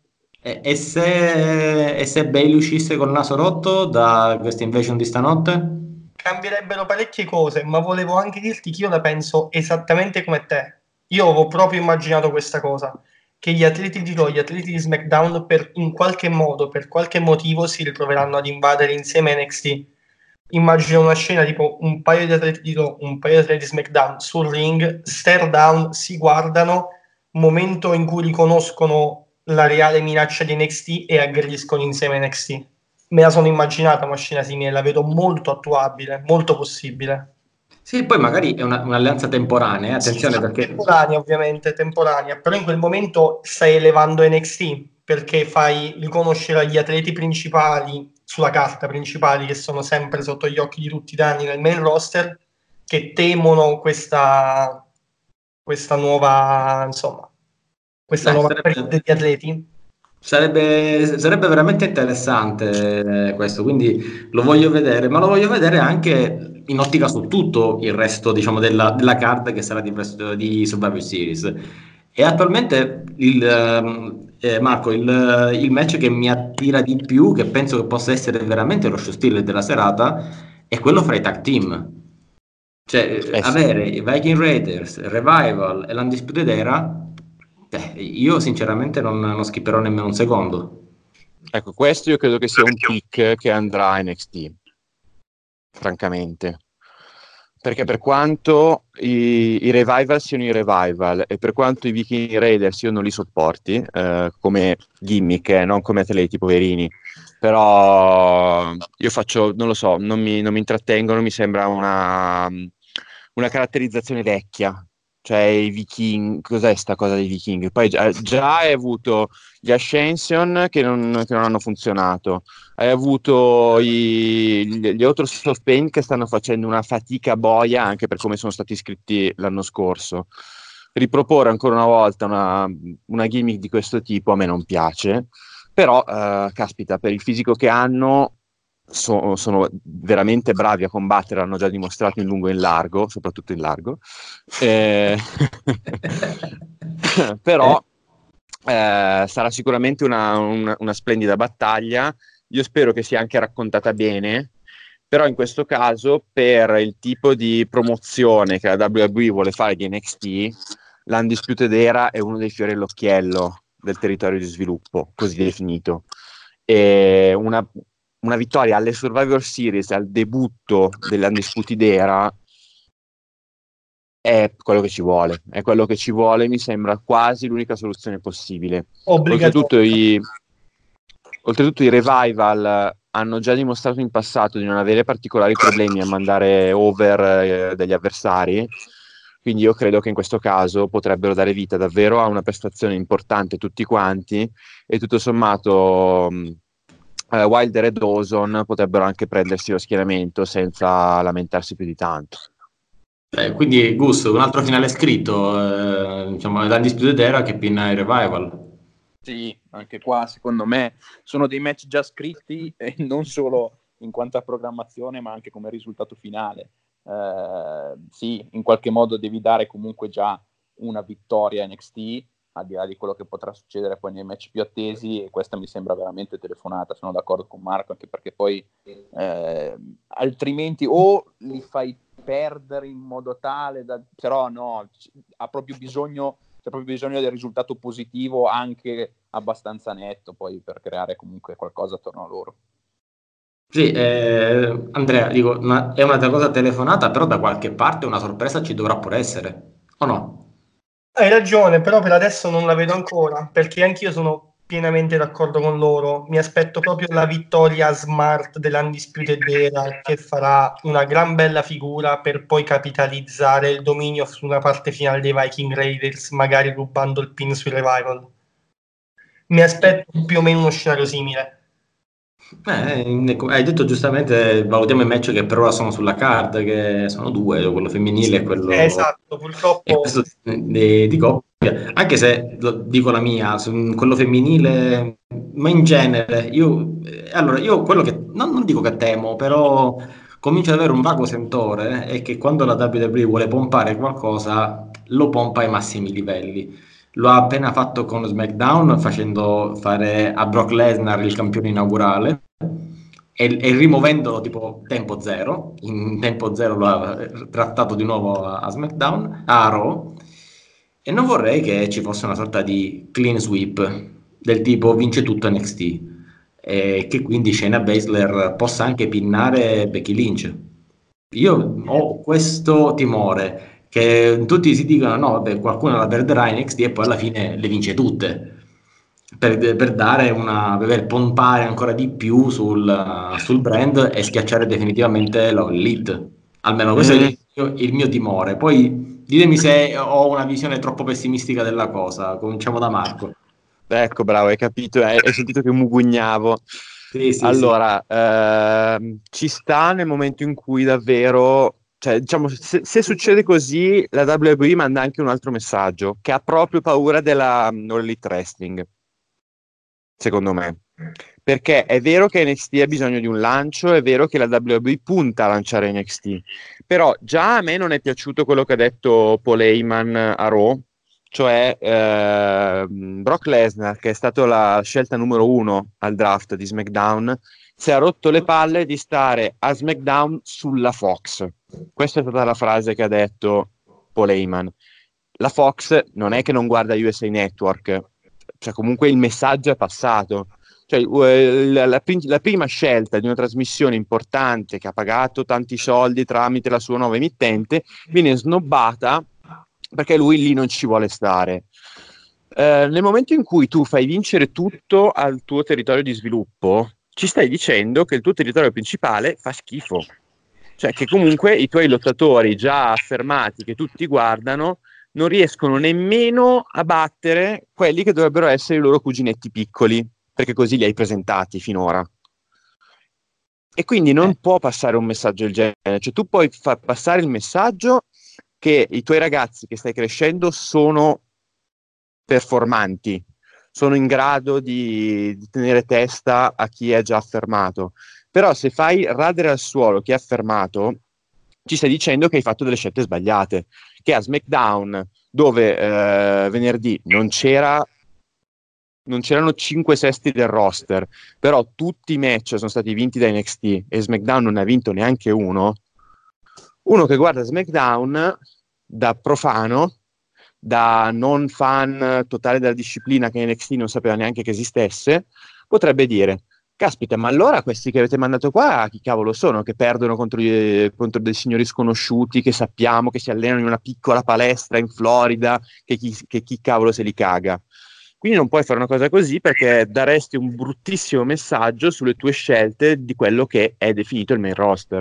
e se Bailey uscisse col naso rotto da questa invasion di stanotte? Cambierebbero parecchie cose, ma volevo anche dirti che io la penso esattamente come te. Io avevo proprio immaginato questa cosa, che gli atleti di Raw, gli atleti di SmackDown in qualche modo, per qualche motivo si ritroveranno ad invadere insieme a NXT. Immagino una scena tipo un paio di atleti di Raw, un paio di atleti di SmackDown sul ring, stare down, si guardano, momento in cui riconoscono la reale minaccia di NXT e aggrediscono insieme a NXT. Me la sono immaginata una scena simile, la vedo molto attuabile, molto possibile. Sì, poi magari è un'alleanza temporanea, attenzione perché... Temporanea, ovviamente, temporanea, però in quel momento stai elevando NXT perché fai riconoscere agli atleti principali, sulla carta principali, che sono sempre sotto gli occhi di tutti i danni nel main roster, che temono questa nuova, insomma, questa nuova crowd di atleti. sarebbe veramente interessante questo, quindi lo voglio vedere, ma lo voglio vedere anche in ottica su tutto il resto, diciamo, della card che sarà di Survivor Series. E attualmente Marco, il match che mi attira di più, che penso che possa essere veramente lo show stealer della serata, è quello fra i tag team. Cioè, Sì. avere i Viking Raiders, Revival e l'Undisputed Era, io sinceramente non skipperò nemmeno un secondo. Ecco, questo io credo che sia un pick che andrà a NXT, francamente. Perché per quanto i revival siano i revival e per quanto i Viking Raiders io non li sopporti come gimmick, non come atleti poverini, però io faccio, non lo so, non mi intrattengono, mi sembra una caratterizzazione vecchia. Cioè i Viking, cos'è sta cosa dei Viking? Poi già hai avuto gli Ascension che non hanno funzionato, hai avuto gli Authors of Pain che stanno facendo una fatica boia anche per come sono stati scritti l'anno scorso. Riproporre ancora una volta una gimmick di questo tipo a me non piace, però caspita, per il fisico che hanno sono veramente bravi a combattere, l'hanno già dimostrato in lungo e in largo, soprattutto in largo. Però sarà sicuramente una splendida battaglia. Io spero che sia anche raccontata bene, però in questo caso, per il tipo di promozione che la WWE vuole fare di NXT, l'Undisputed Era è uno dei fiori all'occhiello del territorio di sviluppo, così definito. E una vittoria alle Survivor Series, al debutto dell'Undisputed Era, è quello che ci vuole. È quello che ci vuole, mi sembra quasi l'unica soluzione possibile. Oltretutto i revival hanno già dimostrato in passato di non avere particolari problemi a mandare over degli avversari, quindi io credo che in questo caso potrebbero dare vita davvero a una prestazione importante tutti quanti e tutto sommato Wilder e Dawson potrebbero anche prendersi lo schieramento senza lamentarsi più di tanto. Quindi Gus, un altro finale scritto, diciamo, l'Undisputed Era che pinna il Revival. Sì, anche qua secondo me sono dei match già scritti e non solo in quanto a programmazione ma anche come risultato finale. Sì, in qualche modo devi dare comunque già una vittoria a NXT al di là di quello che potrà succedere poi nei match più attesi, e questa mi sembra veramente telefonata. Sono d'accordo con Marco, anche perché poi altrimenti o li fai perdere in modo tale però no, c'è proprio bisogno del risultato positivo, anche abbastanza netto, poi per creare comunque qualcosa attorno a loro. Sì, Andrea, dico, è una cosa telefonata, però da qualche parte una sorpresa ci dovrà pure essere, o no? Hai ragione, però per adesso non la vedo ancora, perché anch'io sono pienamente d'accordo con loro. Mi aspetto proprio la vittoria smart dell'Undisputed Era, che farà una gran bella figura per poi capitalizzare il dominio su una parte finale dei Viking Raiders, magari rubando il pin sui Revival. Mi aspetto più o meno uno scenario simile. Hai detto giustamente, valutiamo i match che per ora sono sulla card, che sono due, quello femminile e quello, Esatto, e purtroppo questo di coppia. Anche se dico la mia, su quello femminile, ma in genere, allora io quello che non dico che temo, però comincio ad avere un vago sentore, è che quando la WWE vuole pompare qualcosa, lo pompa ai massimi livelli. Lo ha appena fatto con SmackDown, facendo fare a Brock Lesnar il campione inaugurale e rimuovendolo tipo tempo zero. In tempo zero lo ha trattato di nuovo a SmackDown, a Raw. E non vorrei che ci fosse una sorta di clean sweep del tipo vince tutto NXT e che quindi Shayna Baszler possa anche pinnare Becky Lynch. Io ho questo timore che tutti si dicono no, vabbè, qualcuno la perderà in NXT e poi alla fine le vince tutte per dare per pompare ancora di più sul brand e schiacciare definitivamente l'Elite. Almeno questo è il mio timore. Poi ditemi se ho una visione troppo pessimistica della cosa. Cominciamo da Marco. Ecco, bravo, hai capito, hai sentito che mugugnavo. Sì, sì, sì. Allora, ci sta nel momento in cui davvero, cioè, diciamo, se succede così, la WWE manda anche un altro messaggio, che ha proprio paura della All Elite Wrestling, secondo me. Perché è vero che NXT ha bisogno di un lancio, è vero che la WWE punta a lanciare NXT, però già a me non è piaciuto quello che ha detto Paul Heyman a Raw, cioè Brock Lesnar, che è stato la scelta numero 1 al draft di SmackDown, si è rotto le palle di stare a SmackDown sulla Fox. Questa è stata la frase che ha detto Paul Heyman. La Fox non è che non guarda USA Network, cioè comunque il messaggio è passato. Cioè, la prima scelta di una trasmissione importante che ha pagato tanti soldi tramite la sua nuova emittente viene snobbata perché lui lì non ci vuole stare. Nel momento in cui tu fai vincere tutto al tuo territorio di sviluppo, ci stai dicendo che il tuo territorio principale fa schifo. Cioè che comunque i tuoi lottatori già affermati che tutti guardano non riescono nemmeno a battere quelli che dovrebbero essere i loro cuginetti piccoli, perché così li hai presentati finora. E quindi non può passare un messaggio del genere, cioè tu puoi far passare il messaggio che i tuoi ragazzi che stai crescendo sono performanti, sono in grado di tenere testa a chi è già affermato. Però se fai radere al suolo chi è affermato, ci stai dicendo che hai fatto delle scelte sbagliate, che a SmackDown, dove venerdì non c'erano 5 sesti del roster, però tutti i match sono stati vinti da NXT e SmackDown non ne ha vinto neanche uno che guarda SmackDown da profano, da non fan totale della disciplina che NXT non sapeva neanche che esistesse, potrebbe dire: caspita, ma allora questi che avete mandato qua chi cavolo sono? Che perdono contro dei signori sconosciuti che sappiamo che si allenano in una piccola palestra in Florida, che chi cavolo se li caga. Quindi non puoi fare una cosa così, perché daresti un bruttissimo messaggio sulle tue scelte di quello che è definito il main roster.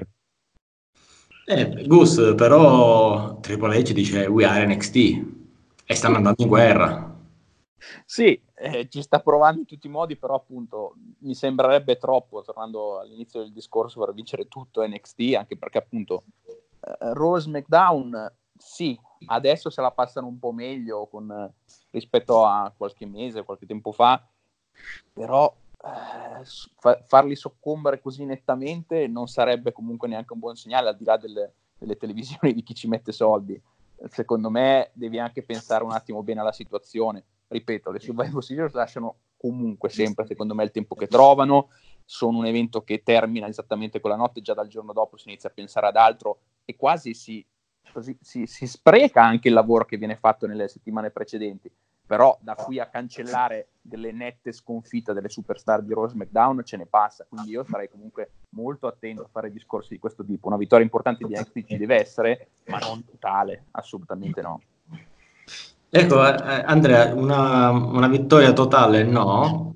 Gus, però Triple H dice We are NXT e stanno andando in guerra. Sì, ci sta provando in tutti i modi, però appunto mi sembrerebbe troppo, tornando all'inizio del discorso, per vincere tutto NXT, anche perché appunto Raw e SmackDown, sì, adesso se la passano un po' meglio rispetto a qualche mese, qualche tempo fa, però farli soccombere così nettamente non sarebbe comunque neanche un buon segnale, al di là delle televisioni di chi ci mette soldi. Secondo me devi anche pensare un attimo bene alla situazione. ripeto, le Survivor Series lasciano comunque sempre, secondo me, il tempo che trovano, sono un evento che termina esattamente quella notte, già dal giorno dopo si inizia a pensare ad altro e quasi si spreca anche il lavoro che viene fatto nelle settimane precedenti, però da qui a cancellare delle nette sconfitte delle superstar di Raw SmackDown ce ne passa, quindi io sarei comunque molto attento a fare discorsi di questo tipo. Una vittoria importante di NXT ci deve essere, ma non totale, assolutamente no. Ecco, Andrea, una vittoria totale no.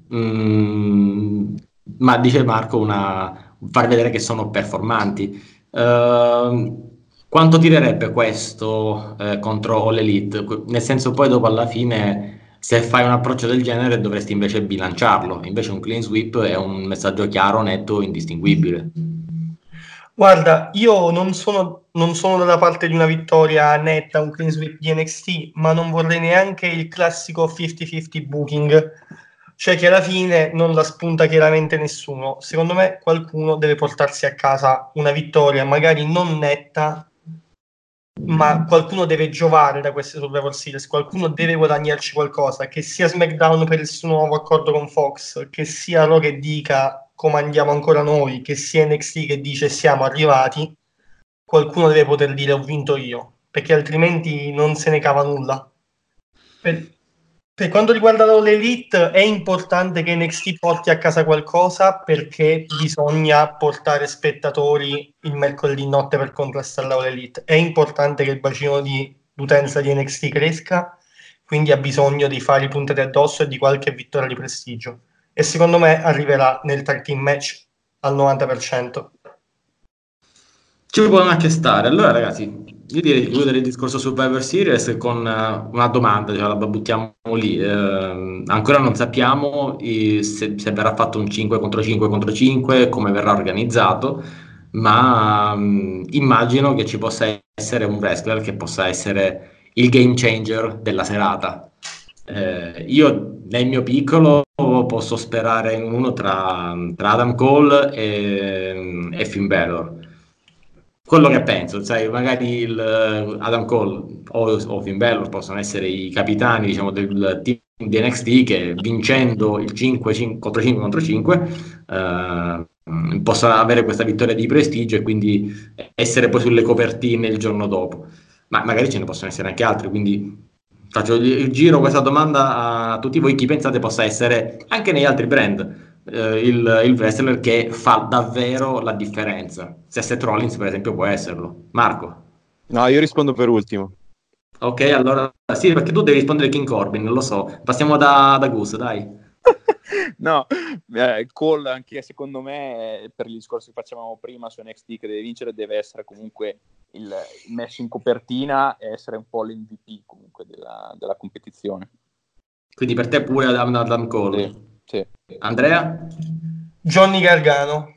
Ma dice Marco far vedere che sono performanti. Quanto tirerebbe questo contro All Elite? Nel senso, poi dopo alla fine, se fai un approccio del genere, dovresti invece bilanciarlo. Invece un clean sweep è un messaggio chiaro, netto, indistinguibile. Guarda, io non sono dalla parte di una vittoria netta, un clean sweep di NXT, ma non vorrei neanche il classico 50-50 booking, cioè che alla fine non la spunta chiaramente nessuno. Secondo me qualcuno deve portarsi a casa una vittoria, magari non netta, ma qualcuno deve giovare da queste Survivor Series, qualcuno deve guadagnarci qualcosa, che sia SmackDown per il suo nuovo accordo con Fox, che sia Raw che dica comandiamo ancora noi, che sia NXT che dice siamo arrivati, qualcuno deve poter dire ho vinto io, perché altrimenti non se ne cava nulla. Per quanto riguarda l'Elite, è importante che NXT porti a casa qualcosa, perché bisogna portare spettatori il mercoledì notte per contrastare l'Elite. È importante che il bacino di utenza di NXT cresca, quindi ha bisogno di fare i puntati addosso e di qualche vittoria di prestigio. E secondo me arriverà nel tag team match al 90%. Ci può anche stare. Allora, ragazzi, io direi di chiudere il discorso Survivor Series con una domanda, cioè la buttiamo lì. Ancora non sappiamo se verrà fatto un 5 contro 5 contro 5, come verrà organizzato, ma immagino che ci possa essere un wrestler che possa essere il game changer della serata. Io nel mio piccolo posso sperare in uno tra Adam Cole e Finn Balor. Quello che penso, sai, magari Adam Cole o Finn Balor possono essere i capitani, diciamo, del team di NXT che vincendo il 5 contro 5 contro 5 possa avere questa vittoria di prestigio e quindi essere poi sulle copertine il giorno dopo. Ma magari ce ne possono essere anche altri, quindi giro questa domanda a tutti voi: chi pensate possa essere anche negli altri brand il wrestler che fa davvero la differenza? Se Seth Rollins per esempio può esserlo. Marco? No, io rispondo per ultimo. Ok, allora sì, perché tu devi rispondere King Corbin, lo so. Passiamo da Gus, dai. No, Cole anche secondo me, per il discorso che facevamo prima su NXT, che deve vincere, deve essere comunque il messo in copertina e essere un po' l'MVP comunque della competizione. Quindi per te pure Adam Cole? Sì. Andrea? Johnny Gargano,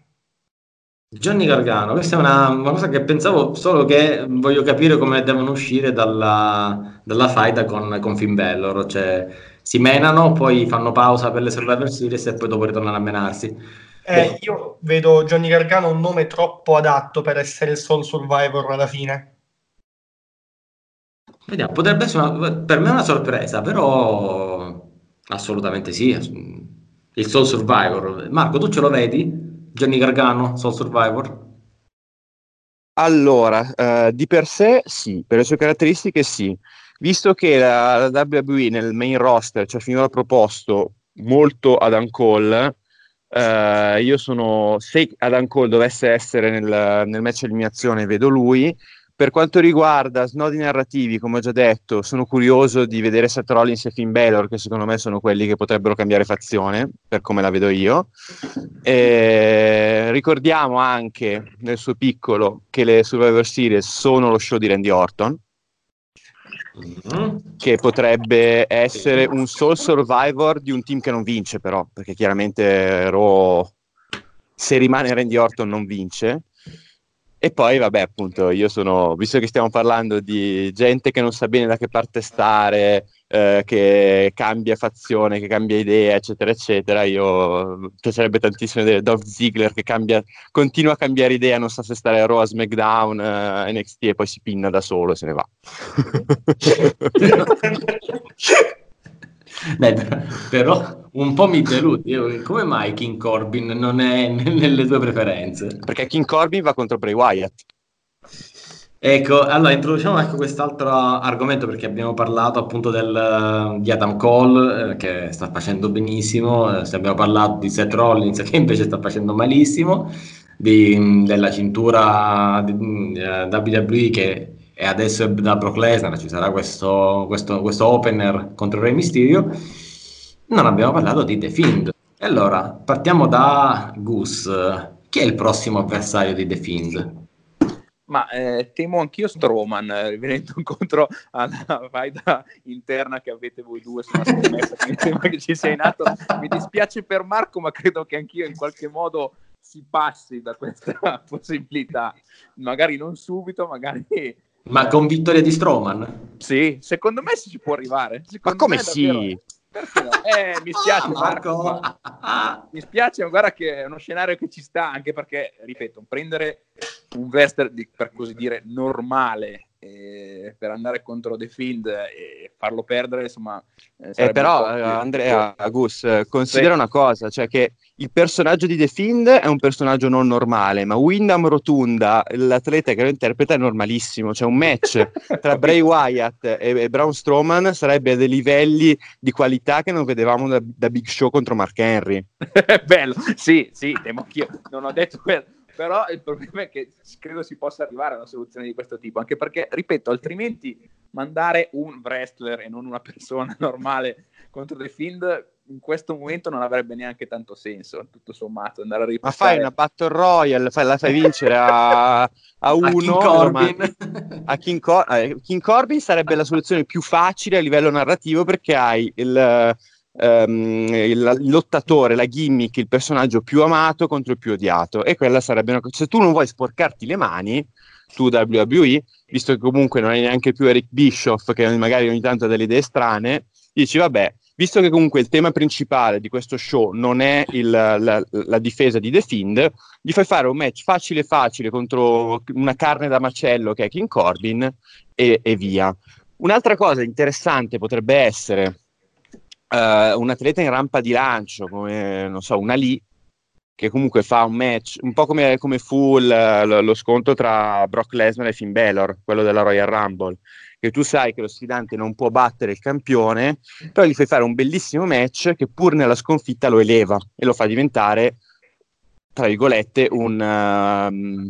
questa è una cosa che pensavo, solo che voglio capire come devono uscire dalla faida con Finn Balor, cioè si menano, poi fanno pausa per le Survivor Series e poi dopo ritornano a menarsi. io vedo Johnny Gargano un nome troppo adatto per essere il sole survivor alla fine. Vediamo, potrebbe essere per me una sorpresa, però assolutamente sì, il Soul Survivor. Marco, tu ce lo vedi? Johnny Gargano, Soul Survivor? Allora, di per sé sì, per le sue caratteristiche sì, visto che la WWE nel main roster ci ha finora proposto molto Adam Cole, se Adam Cole dovesse essere nel match eliminazione vedo lui. Per quanto riguarda snodi narrativi, come ho già detto, sono curioso di vedere Seth Rollins e Finn Balor, che secondo me sono quelli che potrebbero cambiare fazione, per come la vedo io. Ricordiamo anche, nel suo piccolo, che le Survivor Series sono lo show di Randy Orton, che potrebbe essere un sole survivor di un team che non vince, però, perché chiaramente Raw, se rimane Randy Orton, non vince. E poi, vabbè, appunto, visto che stiamo parlando di gente che non sa bene da che parte stare, che cambia fazione, che cambia idea, eccetera, eccetera, io piacerebbe tantissimo vedere Dolph Ziggler che continua a cambiare idea, non sa se stare a Raw, a SmackDown, NXT, e poi si pinna da solo e se ne va. Dai, però un po' mi deludi. Come mai King Corbin non è nelle tue preferenze? Perché King Corbin va contro Bray Wyatt. Ecco, allora introduciamo anche quest'altro argomento perché abbiamo parlato appunto di Adam Cole che sta facendo benissimo, abbiamo parlato di Seth Rollins che invece sta facendo malissimo, della cintura WWE che è adesso da Brock Lesnar, ci sarà questo opener contro Rey Mysterio. Non abbiamo parlato di The Fiend. E allora partiamo da Gus. Chi è il prossimo avversario di The Fiend? Ma temo anch'io Strowman, venendo incontro alla faida interna che avete voi due sulla scommessa, che mi sembra che ci sia in atto. Mi dispiace per Marco, ma credo che anch'io in qualche modo si passi da questa possibilità. Magari non subito, magari... Ma con vittoria di Strowman? Sì, secondo me ci può arrivare. Ma come davvero... sì? Perché no? Mi spiace Marco. Mi spiace, ma guarda che è uno scenario che ci sta, anche perché, ripeto, prendere un wrestler per così dire normale per andare contro The Fiend e farlo perdere, insomma... però Andrea, Gus, considera una cosa, cioè che il personaggio di The Fiend è un personaggio non normale, ma Wyndham Rotunda, l'atleta che lo interpreta, è normalissimo. Cioè un match tra Bray Wyatt e Braun Strowman sarebbe a dei livelli di qualità che non vedevamo da Big Show contro Mark Henry. Bello, sì, temo anch'io, non ho detto quello. Però il problema è che credo si possa arrivare a una soluzione di questo tipo, anche perché, ripeto, altrimenti mandare un wrestler e non una persona normale contro The Fiend in questo momento non avrebbe neanche tanto senso, tutto sommato, andare a ripassare. Ma fai una Battle Royale, la fai vincere a uno, a King Corbin sarebbe la soluzione più facile a livello narrativo, perché hai il lottatore, la gimmick, il personaggio più amato contro il più odiato, e quella sarebbe una cosa. Se tu non vuoi sporcarti le mani, tu WWE, visto che comunque non hai neanche più Eric Bischoff che magari ogni tanto ha delle idee strane, dici vabbè, visto che comunque il tema principale di questo show non è la difesa di The Fiend, gli fai fare un match facile contro una carne da macello che è King Corbin e via. Un'altra cosa interessante potrebbe essere un atleta in rampa di lancio come, non so, una Lee, che comunque fa un match un po' come fu lo scontro tra Brock Lesnar e Finn Balor, quello della Royal Rumble, che tu sai che lo sfidante non può battere il campione, però gli fai fare un bellissimo match che pur nella sconfitta lo eleva e lo fa diventare, tra virgolette, com'è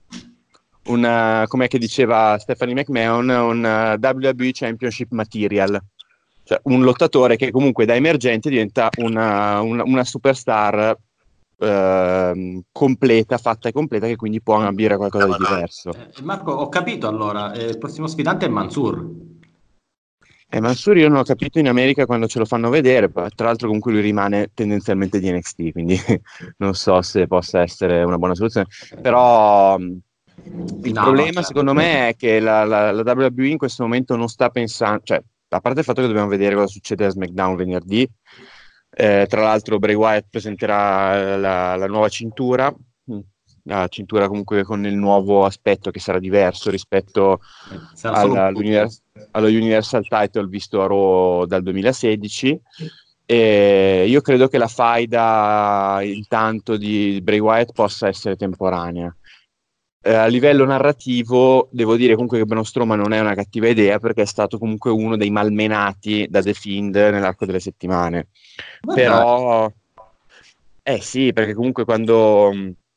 che diceva Stephanie McMahon, un WWE Championship Material. Cioè un lottatore che comunque da emergente diventa una superstar completa, fatta e completa, che quindi può ambire a qualcosa di diverso. Marco, ho capito allora, il prossimo sfidante è Mansoor. Mansoor io non ho capito in America quando ce lo fanno vedere, tra l'altro comunque lui rimane tendenzialmente di NXT, quindi non so se possa essere una buona soluzione, però il problema secondo me è che la WWE in questo momento non sta pensando, cioè a parte il fatto che dobbiamo vedere cosa succede a SmackDown venerdì, tra l'altro Bray Wyatt presenterà la nuova cintura, la cintura comunque con il nuovo aspetto che sarà diverso rispetto allo Universal Title visto a Raw dal 2016, e io credo che la faida intanto di Bray Wyatt possa essere temporanea. A livello narrativo devo dire comunque che Braun Strowman non è una cattiva idea, perché è stato comunque uno dei malmenati da The Fiend nell'arco delle settimane. Però sì, perché comunque quando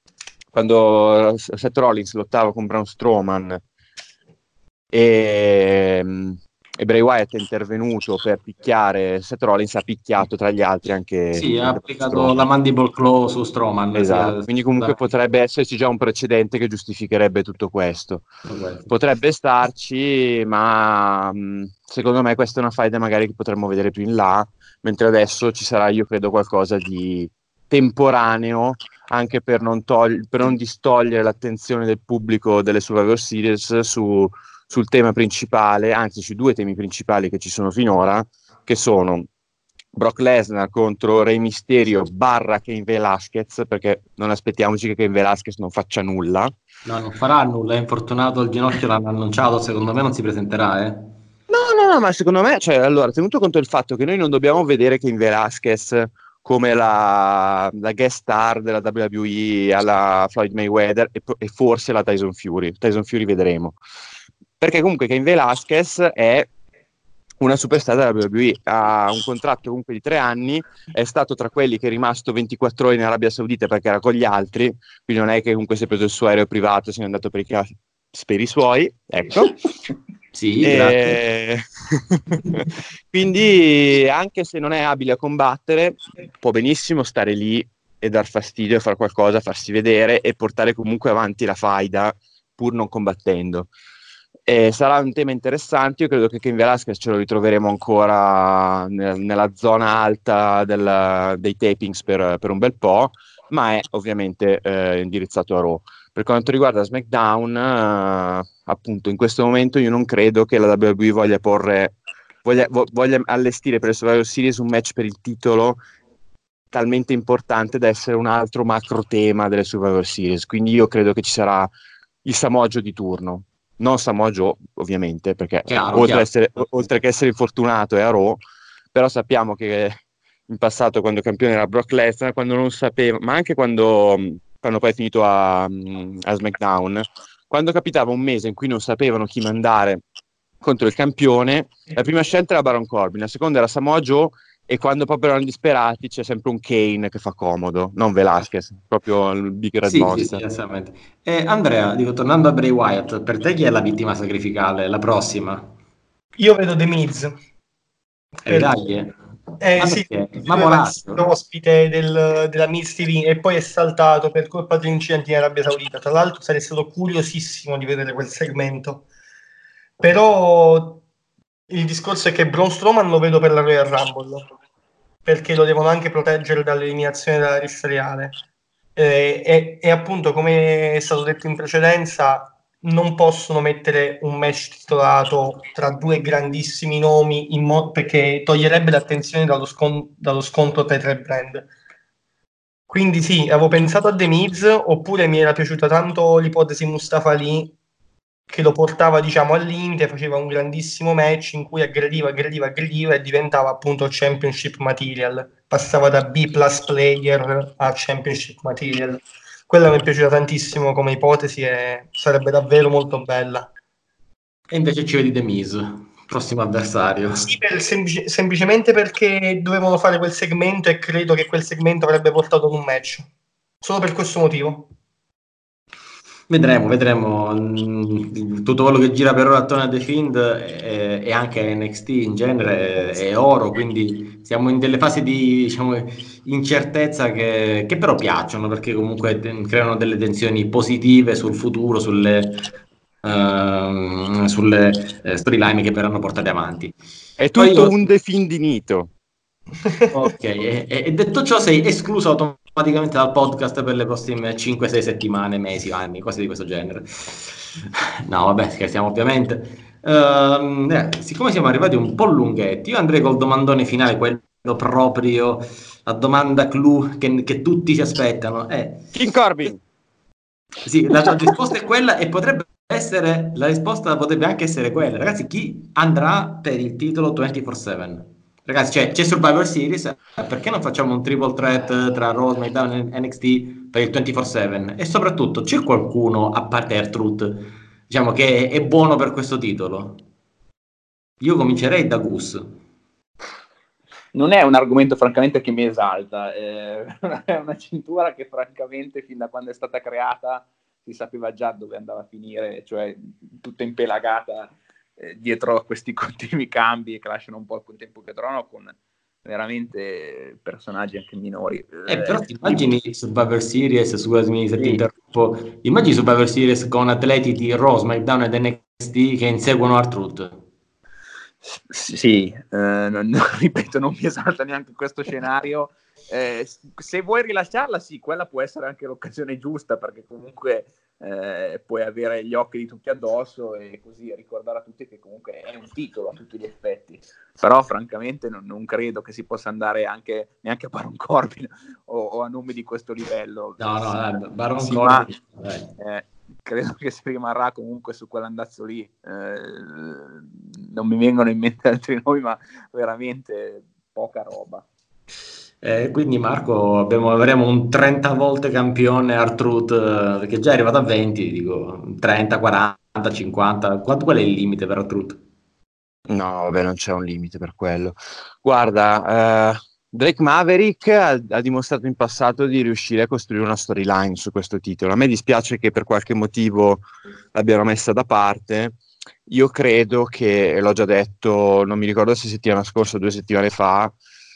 Seth Rollins lottava con Braun Strowman e Bray Wyatt è intervenuto per picchiare Seth Rollins, ha picchiato tra gli altri anche... Sì, ha applicato la mandible claw su Strowman. Esatto, quindi comunque potrebbe esserci già un precedente che giustificherebbe tutto questo. Potrebbe starci, ma secondo me questa è una faida magari che potremmo vedere più in là, mentre adesso ci sarà, io credo, qualcosa di temporaneo, anche per non distogliere l'attenzione del pubblico delle Survivor Series sul tema principale, anzi sui due temi principali che ci sono finora, che sono Brock Lesnar contro Rey Mysterio / Cain Velasquez, perché non aspettiamoci che Cain Velasquez non faccia nulla. No, non farà nulla, è infortunato al ginocchio, l'hanno annunciato, secondo me non si presenterà, No, No, ma secondo me, cioè, allora, tenuto conto del fatto che noi non dobbiamo vedere Cain Velasquez come la guest star della WWE alla Floyd Mayweather e forse la Tyson Fury vedremo, perché comunque Cain Velasquez è una superstar della WWE, ha un contratto comunque di 3 anni, è stato tra quelli che è rimasto 24 ore in Arabia Saudita perché era con gli altri, quindi non è che comunque si è preso il suo aereo privato e se n'è andato per i suoi, ecco. Sì, grazie. Quindi anche se non è abile a combattere, può benissimo stare lì e dar fastidio e fare qualcosa, farsi vedere e portare comunque avanti la faida pur non combattendo. Sarà un tema interessante. Io credo che Cain Velasquez ce lo ritroveremo ancora nella zona alta dei tapings per un bel po', ma è ovviamente indirizzato a Raw. Per quanto riguarda SmackDown, appunto in questo momento io non credo che la WWE voglia allestire per il Survivor Series un match per il titolo talmente importante da essere un altro macro tema delle Survivor Series, quindi io credo che ci sarà il Samoa Joe di turno, non Samoa Joe ovviamente, perché oltre che essere infortunato è a Raw, però sappiamo che in passato quando campione era Brock Lesnar, quando non sapeva, ma anche quando poi è finito a SmackDown, quando capitava un mese in cui non sapevano chi mandare contro il campione, la prima scelta era Baron Corbin, la seconda era Samoa Joe, e quando proprio erano disperati c'è sempre un Kane che fa comodo, non Velasquez, proprio il Big Red Monster. Sì, assolutamente. Andrea, dico, tornando a Bray Wyatt, per te chi è la vittima sacrificale, la prossima? Io vedo The Miz. Dai, Sì, ma Morazzo? ospite della Miz TV e poi è saltato per colpa di incidenti in Arabia Saudita. Tra l'altro sarei stato curiosissimo di vedere quel segmento. Però il discorso è che Braun Strowman lo vedo per la Royal Rumble, perché lo devono anche proteggere dall'eliminazione della lista reale. E appunto, come è stato detto in precedenza, non possono mettere un match titolato tra due grandissimi nomi perché toglierebbe l'attenzione dallo scontro tra i 3 brand. Quindi sì, avevo pensato a The Miz, oppure mi era piaciuta tanto l'ipotesi Mustafa Ali, che lo portava diciamo all'India, faceva un grandissimo match in cui aggrediva e diventava appunto championship material, passava da B+ player a championship material. Quella mi è piaciuta tantissimo come ipotesi e sarebbe davvero molto bella. E invece ci vedi The Miz, prossimo avversario. Sì, semplicemente perché dovevano fare quel segmento e credo che quel segmento avrebbe portato ad un match, solo per questo motivo. Vedremo. Tutto quello che gira per ora attorno a The Fiend e anche NXT in genere è oro, quindi siamo in delle fasi di diciamo, incertezza che però piacciono, perché comunque creano delle tensioni positive sul futuro, sulle storyline che verranno portate avanti. È tutto un The Fiend inito. Ok, e detto ciò sei escluso automaticamente dal podcast per le prossime 5-6 settimane, mesi, anni, cose di questo genere. No, vabbè, scherziamo ovviamente. Siccome siamo arrivati un po' lunghetti, io andrei col domandone finale, quello proprio, la domanda clou che tutti si aspettano. King Corbin! Sì, la risposta è quella e la risposta potrebbe anche essere quella. Ragazzi, chi andrà per il titolo 24/7? Ragazzi, c'è Survivor Series, perché non facciamo un triple threat tra Raw, SmackDown e NXT per il 24/7? E soprattutto, c'è qualcuno, a parte R-Truth, diciamo, che è buono per questo titolo? Io comincerei da Gus. Non è un argomento francamente che mi esalta, è una cintura che francamente fin da quando è stata creata si sapeva già dove andava a finire, cioè tutta impelagata dietro a questi continui cambi che lasciano un po' il tempo che trovano con veramente personaggi anche minori. Però ti immagini Survivor Series, scusami se ti interrompo, immagini Survivor Series con atleti di Raw, SmackDown ed NXT che inseguono R-Truth? Sì, ripeto, non mi esalta neanche questo scenario. Se vuoi rilasciarla, sì, quella può essere anche l'occasione giusta, perché comunque puoi avere gli occhi di tutti addosso e così ricordare a tutti che comunque è un titolo a tutti gli effetti. Però francamente non credo che si possa andare neanche a Baron Corbin o a nomi di questo livello. No, Baron Corbin. credo che si rimarrà comunque su quell'andazzo lì. Non mi vengono in mente altri nomi, ma veramente poca roba. Quindi Marco, avremo un 30 volte campione R-Truth, che già è arrivato a 20, dico 30, 40, 50. Qual è il limite per R-Truth? No, vabbè, non c'è un limite per quello. Guarda, Drake Maverick ha dimostrato in passato di riuscire a costruire una storyline su questo titolo. A me dispiace che per qualche motivo l'abbiano messa da parte. Io credo che, e l'ho già detto, non mi ricordo se settimana scorsa o 2 settimane fa,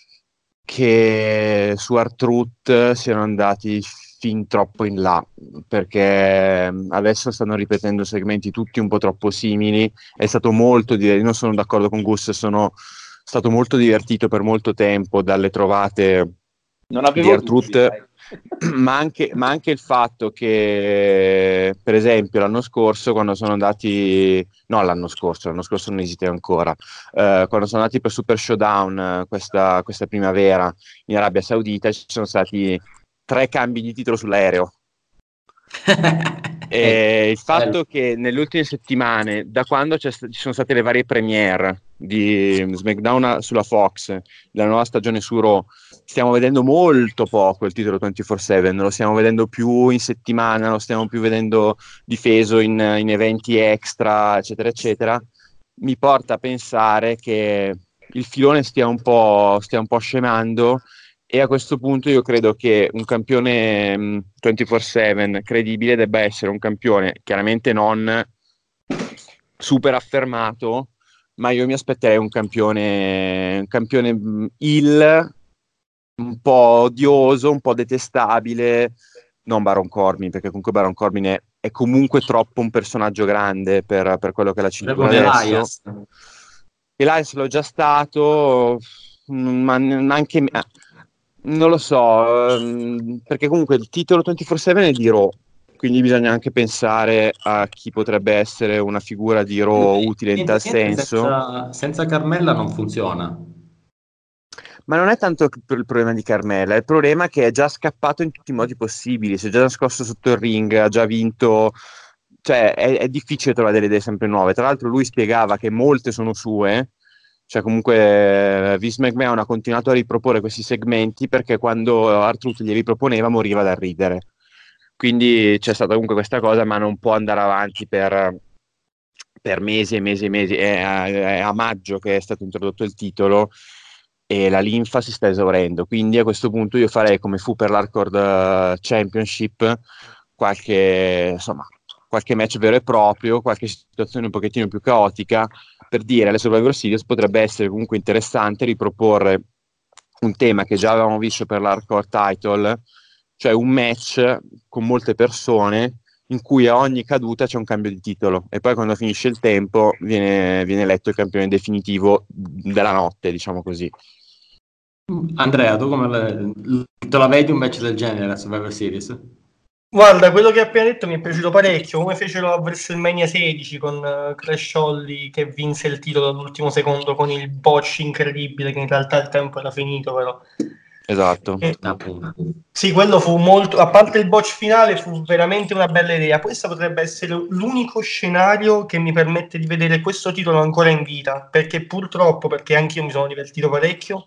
che su R-Truth siano andati fin troppo in là, perché adesso stanno ripetendo segmenti tutti un po' troppo simili. È stato molto non sono d'accordo con Gus, sono stato molto divertito per molto tempo dalle trovate Non di avevo R-Truth, dubbi, dai. ma anche il fatto che, per esempio, l'anno scorso, quando sono andati, no, l'anno scorso non esiste ancora, quando sono andati per Super Showdown questa primavera in Arabia Saudita, ci sono stati 3 cambi di titolo sull'aereo. E il fatto che nelle ultime settimane, da quando ci sono state le varie premiere di SmackDown sulla Fox, la nuova stagione su Raw, stiamo vedendo molto poco il titolo 24/7, non lo stiamo vedendo più in settimana, non lo stiamo più vedendo difeso in eventi extra, eccetera, eccetera, mi porta a pensare che il filone stia un po' scemando. E a questo punto io credo che un campione 24/7 credibile debba essere un campione chiaramente non super affermato, ma io mi aspetterei un campione heel, un po' odioso, un po' detestabile, non Baron Corbin, perché comunque Baron Corbin è comunque troppo un personaggio grande per quello che è la cintura adesso. Elias l'ho già stato, ma anche... non lo so, perché comunque il titolo 24/7 è di Raw, quindi bisogna anche pensare a chi potrebbe essere una figura di Raw utile in tal senso. Senza Carmella non funziona. Ma non è tanto il problema di Carmella, è il problema che è già scappato in tutti i modi possibili, si è già nascosto sotto il ring, ha già vinto, cioè è difficile trovare delle idee sempre nuove. Tra l'altro lui spiegava che molte sono sue, cioè comunque Vince McMahon ha continuato a riproporre questi segmenti perché quando R-Truth glieli proponeva moriva dal ridere. Quindi c'è stata comunque questa cosa, ma non può andare avanti per mesi e mesi e mesi. È a maggio che è stato introdotto il titolo e la linfa si sta esaurendo, quindi a questo punto io farei come fu per l'Hardcore Championship, qualche match vero e proprio, qualche situazione un pochettino più caotica, per dire alle Survivor Series potrebbe essere comunque interessante riproporre un tema che già avevamo visto per l'Hardcore Title, cioè un match con molte persone in cui a ogni caduta c'è un cambio di titolo e poi quando finisce il tempo viene eletto il campione definitivo della notte, diciamo così. Andrea, tu te la vedi un match del genere a Survivor Series? Guarda, quello che hai appena detto mi è piaciuto parecchio, come fecero a WrestleMania 16 con Crash Holly che vinse il titolo all'ultimo secondo con il botch incredibile che in realtà il tempo era finito però. Esatto. Sì, quello fu molto, a parte il botch finale, fu veramente una bella idea. Questa potrebbe essere l'unico scenario che mi permette di vedere questo titolo ancora in vita, perché purtroppo, perché anche io mi sono divertito parecchio,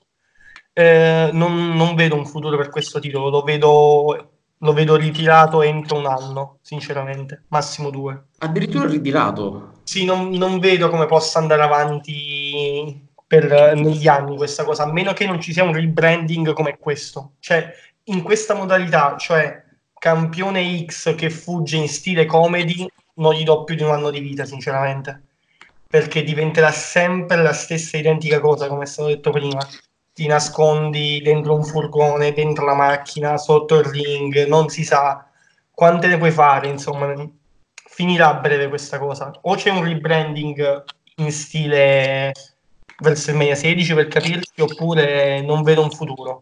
non vedo un futuro per questo titolo, lo vedo ritirato entro un anno, sinceramente, massimo 2. Addirittura ritirato? Sì, non vedo come possa andare avanti negli anni questa cosa, a meno che non ci sia un rebranding come questo. Cioè, in questa modalità, cioè campione X che fugge in stile comedy, non gli do più di un anno di vita, sinceramente. Perché diventerà sempre la stessa identica cosa, come è stato detto prima. Ti nascondi dentro un furgone, dentro la macchina, sotto il ring, non si sa quante ne puoi fare, insomma, finirà a breve questa cosa. O c'è un rebranding in stile WrestleMania 16 per capirci, oppure non vedo un futuro.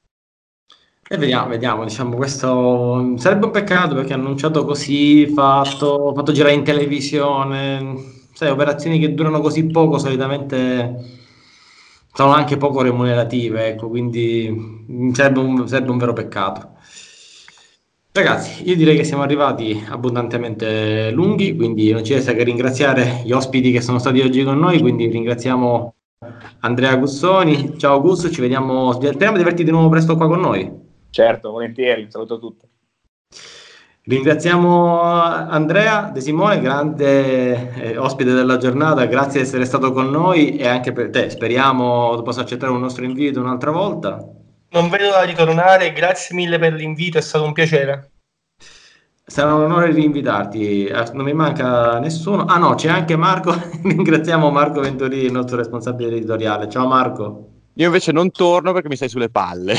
E vediamo, diciamo, questo sarebbe un peccato perché annunciato così, fatto girare in televisione, sai, operazioni che durano così poco solitamente sono anche poco remunerative, ecco, quindi sarebbe un vero peccato. Ragazzi, io direi che siamo arrivati abbondantemente lunghi, quindi non ci resta che ringraziare gli ospiti che sono stati oggi con noi, quindi ringraziamo Andrea Gussoni. Ciao Gus, ci vediamo, speriamo di averti di nuovo presto qua con noi. Certo, volentieri, un saluto a tutti. Ringraziamo Andrea De Simone, grande ospite della giornata, grazie di essere stato con noi e anche per te, speriamo tu possa accettare un nostro invito un'altra volta. Non vedo l'ora di tornare, grazie mille per l'invito, è stato un piacere. Sarà un onore rinvitarti, non mi manca nessuno. Ah no, c'è anche Marco, ringraziamo Marco Venturi, il nostro responsabile editoriale. Ciao Marco. Io invece non torno perché mi stai sulle palle.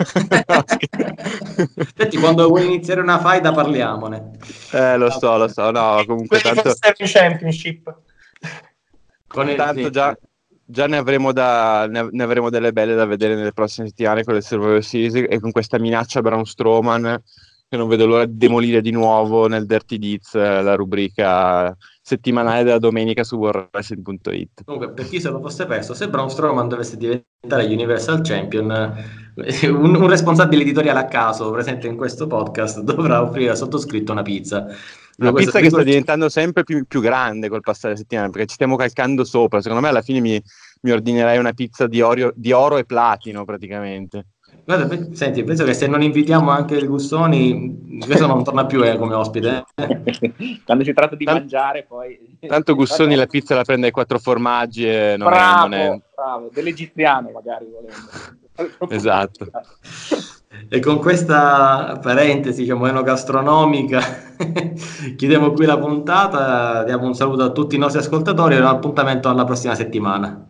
Senti, quando vuoi iniziare una faida parliamone. Lo so, no, comunque Quelli tanto... con Championship. Tanto già ne avremo delle belle da vedere nelle prossime settimane con le Survivor Series e con questa minaccia a Braun Strowman che non vedo l'ora di demolire di nuovo nel Dirty Deeds, la rubrica settimanale della domenica su WrestleWrestling.it. Comunque, per chi se lo fosse perso, se Braun Strowman dovesse diventare Universal Champion, un responsabile editoriale a caso presente in questo podcast dovrà offrire al sottoscritto una pizza. Una pizza che sta diventando sempre più grande col passare delle settimane, perché ci stiamo calcando sopra. Secondo me alla fine mi ordinerei una pizza di oro e platino praticamente. Guarda, senti, penso che se non invitiamo anche il Gussoni, questo non torna più come ospite. Quando si tratta di mangiare poi... Tanto Gussoni la pizza la prende ai 4 formaggi e non è... Bravo, dell'egiziano magari volendo. Esatto. E con questa parentesi, diciamo, enogastronomica, chiudiamo qui la puntata, diamo un saluto a tutti i nostri ascoltatori e un appuntamento alla prossima settimana.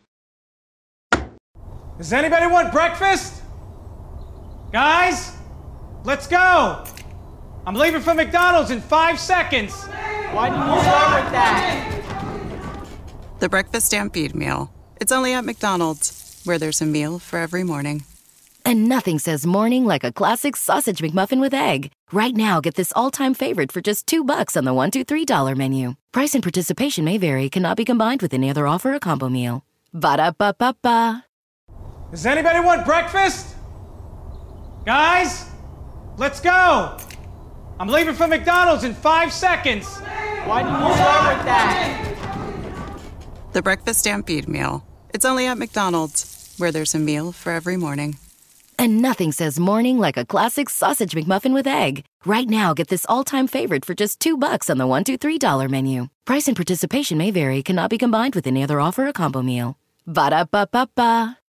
Does anybody want breakfast? Guys, let's go! I'm leaving for McDonald's in 5 seconds. Why did you start with that? The Breakfast Stampede Meal. It's only at McDonald's, where there's a meal for every morning. And nothing says morning like a classic sausage McMuffin with egg. Right now, get this all-time favorite for just $2 on the $1, $2, $3 menu. Price and participation may vary. Cannot be combined with any other offer or combo meal. Ba-da-ba-ba-ba. Does anybody want breakfast? Guys, let's go! I'm leaving for McDonald's in 5 seconds. Why did you start with that? The Breakfast Stampede Meal. It's only at McDonald's, where there's a meal for every morning. And nothing says morning like a classic sausage McMuffin with egg. Right now, get this all-time favorite for just $2 on the $1, $2, $3 menu. Price and participation may vary. Cannot be combined with any other offer or combo meal. Ba-da-ba-ba-ba.